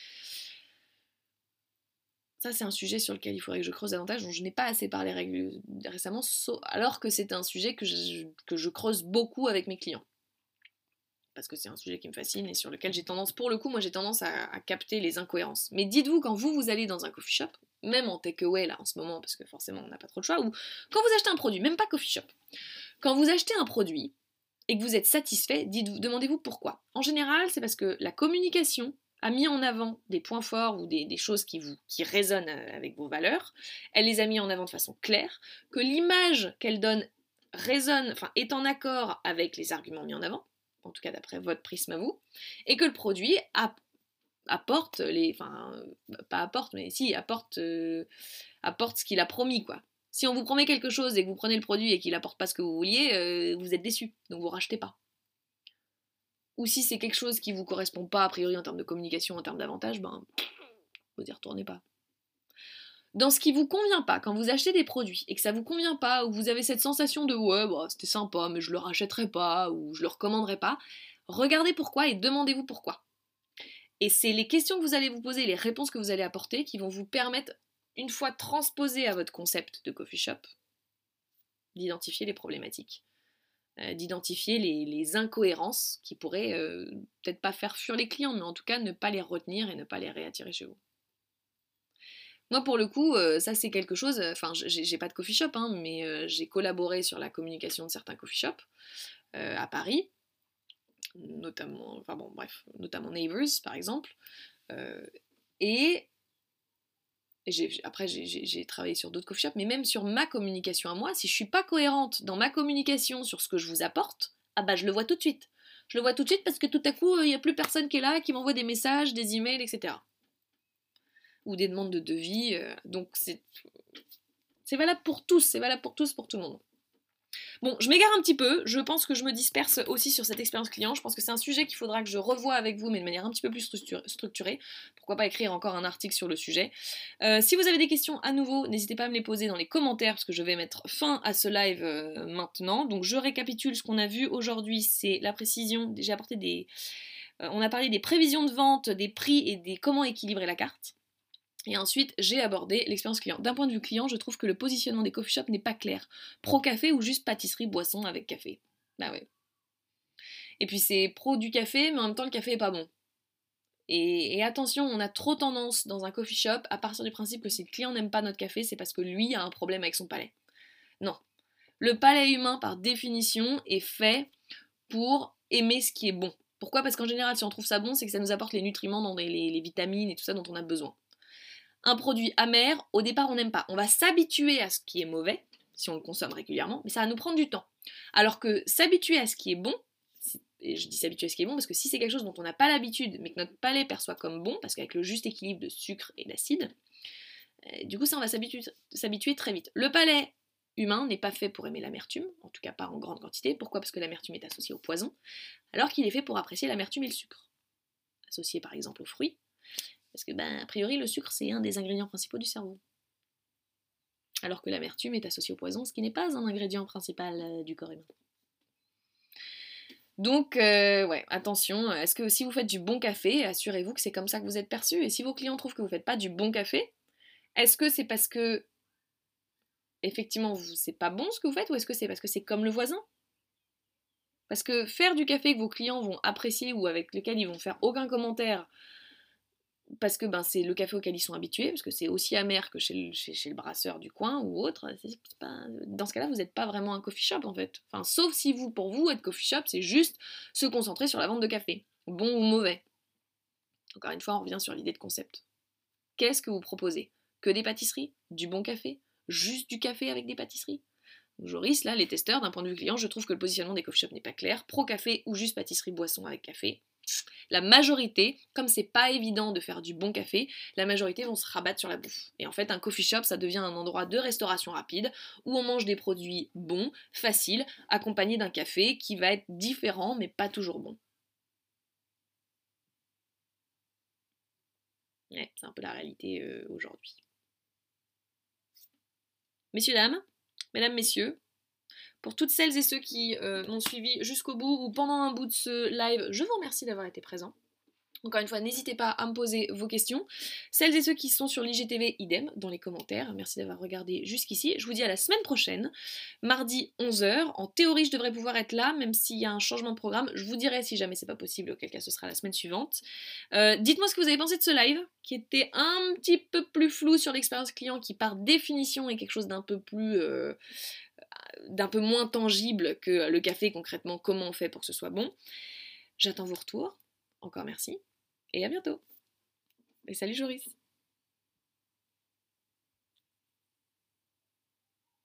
Ça, c'est un sujet sur lequel il faudrait que je creuse davantage, dont je n'ai pas assez parlé rég- récemment, alors que c'est un sujet que je, que je creuse beaucoup avec mes clients. Parce que c'est un sujet qui me fascine et sur lequel j'ai tendance, pour le coup, moi j'ai tendance à, à capter les incohérences. Mais dites-vous, quand vous, vous allez dans un coffee shop, même en takeaway là en ce moment, parce que forcément on n'a pas trop de choix, ou quand vous achetez un produit, même pas coffee shop, quand vous achetez un produit et que vous êtes satisfait, dites-vous, demandez-vous pourquoi. En général, c'est parce que la communication a mis en avant des points forts ou des, des choses qui, vous, qui résonnent avec vos valeurs, elle les a mis en avant de façon claire, que l'image qu'elle donne résonne, enfin est en accord avec les arguments mis en avant, en tout cas d'après votre prisme à vous, et que le produit a, apporte les, enfin pas apporte, mais si apporte, euh, apporte ce qu'il a promis quoi. Si on vous promet quelque chose et que vous prenez le produit et qu'il apporte pas ce que vous vouliez, euh, vous êtes déçu, donc vous rachetez pas. Ou si c'est quelque chose qui vous correspond pas a priori en termes de communication, en termes d'avantages, ben vous y retournez pas. Dans ce qui vous convient pas, quand vous achetez des produits et que ça vous convient pas, ou que vous avez cette sensation de ouais, bah, c'était sympa, mais je le rachèterai pas, ou je le recommanderai pas, regardez pourquoi et demandez-vous pourquoi. Et c'est les questions que vous allez vous poser, les réponses que vous allez apporter qui vont vous permettre, une fois transposé à votre concept de coffee shop, d'identifier les problématiques, euh, d'identifier les, les incohérences qui pourraient euh, peut-être pas faire fuir les clients, mais en tout cas ne pas les retenir et ne pas les réattirer chez vous. Moi, pour le coup, euh, ça c'est quelque chose, enfin, j'ai, j'ai pas de coffee shop, hein, mais euh, j'ai collaboré sur la communication de certains coffee shops euh, à Paris, notamment, enfin bon, bref, notamment Neighbors, par exemple, euh, et j'ai, après j'ai, j'ai, j'ai travaillé sur d'autres coffee shops, mais même sur ma communication à moi, si je suis pas cohérente dans ma communication sur ce que je vous apporte, ah bah je le vois tout de suite. Je le vois tout de suite parce que tout à coup, il n'y a plus personne qui est là, qui m'envoie des messages, des emails, et cetera. Ou des demandes de devis. Euh, donc c'est, c'est valable pour tous, c'est valable pour tous, pour tout le monde. Bon, je m'égare un petit peu, je pense que je me disperse aussi sur cette expérience client, je pense que c'est un sujet qu'il faudra que je revoie avec vous, mais de manière un petit peu plus structurée. Pourquoi pas écrire encore un article sur le sujet. Euh, si vous avez des questions à nouveau, n'hésitez pas à me les poser dans les commentaires, parce que je vais mettre fin à ce live euh, maintenant. Donc je récapitule ce qu'on a vu aujourd'hui, c'est la précision, j'ai apporté des... Euh, on a parlé des prévisions de vente, des prix et des comment équilibrer la carte. Et ensuite, j'ai abordé l'expérience client. D'un point de vue client, je trouve que le positionnement des coffee shops n'est pas clair. Pro café ou juste pâtisserie, boisson avec café. Bah ouais. Et puis c'est pro du café, mais en même temps le café est pas bon. Et, et attention, on a trop tendance dans un coffee shop à partir du principe que si le client n'aime pas notre café, c'est parce que lui a un problème avec son palais. Non. Le palais humain, par définition, est fait pour aimer ce qui est bon. Pourquoi ? Parce qu'en général, si on trouve ça bon, c'est que ça nous apporte les nutriments, dans les, les, les vitamines et tout ça dont on a besoin. Un produit amer, au départ on n'aime pas. On va s'habituer à ce qui est mauvais, si on le consomme régulièrement, mais ça va nous prendre du temps. Alors que s'habituer à ce qui est bon, et je dis s'habituer à ce qui est bon parce que si c'est quelque chose dont on n'a pas l'habitude, mais que notre palais perçoit comme bon, parce qu'avec le juste équilibre de sucre et d'acide, euh, du coup ça on va s'habituer, s'habituer très vite. Le palais humain n'est pas fait pour aimer l'amertume, en tout cas pas en grande quantité. Pourquoi ? Parce que l'amertume est associée au poison, alors qu'il est fait pour apprécier l'amertume et le sucre, associé par exemple aux fruits. Parce que, ben, a priori, le sucre, c'est un des ingrédients principaux du cerveau. Alors que l'amertume est associée au poison, ce qui n'est pas un ingrédient principal euh, du corps humain. Donc, euh, ouais, attention, est-ce que si vous faites du bon café, assurez-vous que c'est comme ça que vous êtes perçu. Et si vos clients trouvent que vous ne faites pas du bon café, est-ce que c'est parce que, effectivement, vous, c'est pas bon ce que vous faites, ou est-ce que c'est parce que c'est comme le voisin ? Parce que faire du café que vos clients vont apprécier ou avec lequel ils vont faire aucun commentaire, parce que ben, c'est le café auquel ils sont habitués, parce que c'est aussi amer que chez le, chez, chez le brasseur du coin ou autre, c'est, c'est pas, dans ce cas-là, vous n'êtes pas vraiment un coffee shop en fait. Enfin, sauf si vous, pour vous, être coffee shop, c'est juste se concentrer sur la vente de café, bon ou mauvais. Encore une fois, on revient sur l'idée de concept. Qu'est-ce que vous proposez ? Que des pâtisseries ? Du bon café ? Juste du café avec des pâtisseries ? Joris, là, les testeurs, d'un point de vue client, je trouve que le positionnement des coffee shops n'est pas clair. Pro café ou juste pâtisserie boisson avec café. La majorité, comme c'est pas évident de faire du bon café, la majorité vont se rabattre sur la bouffe. Et en fait, un coffee shop, ça devient un endroit de restauration rapide où on mange des produits bons, faciles, accompagnés d'un café qui va être différent mais pas toujours bon. Ouais, c'est un peu la réalité euh, aujourd'hui. Messieurs, dames, mesdames, messieurs, pour toutes celles et ceux qui euh, m'ont suivi jusqu'au bout ou pendant un bout de ce live, je vous remercie d'avoir été présents. Encore une fois, n'hésitez pas à me poser vos questions. Celles et ceux qui sont sur l'I G T V, idem, dans les commentaires. Merci d'avoir regardé jusqu'ici. Je vous dis à la semaine prochaine, mardi onze heures. En théorie, je devrais pouvoir être là, même s'il y a un changement de programme. Je vous dirai si jamais c'est pas possible, auquel cas ce sera la semaine suivante. Euh, dites-moi ce que vous avez pensé de ce live, qui était un petit peu plus flou sur l'expérience client, qui par définition est quelque chose d'un peu plus... Euh, d'un peu moins tangible que le café, concrètement, comment on fait pour que ce soit bon. J'attends vos retours. Encore merci. Et à bientôt. Et salut Joris.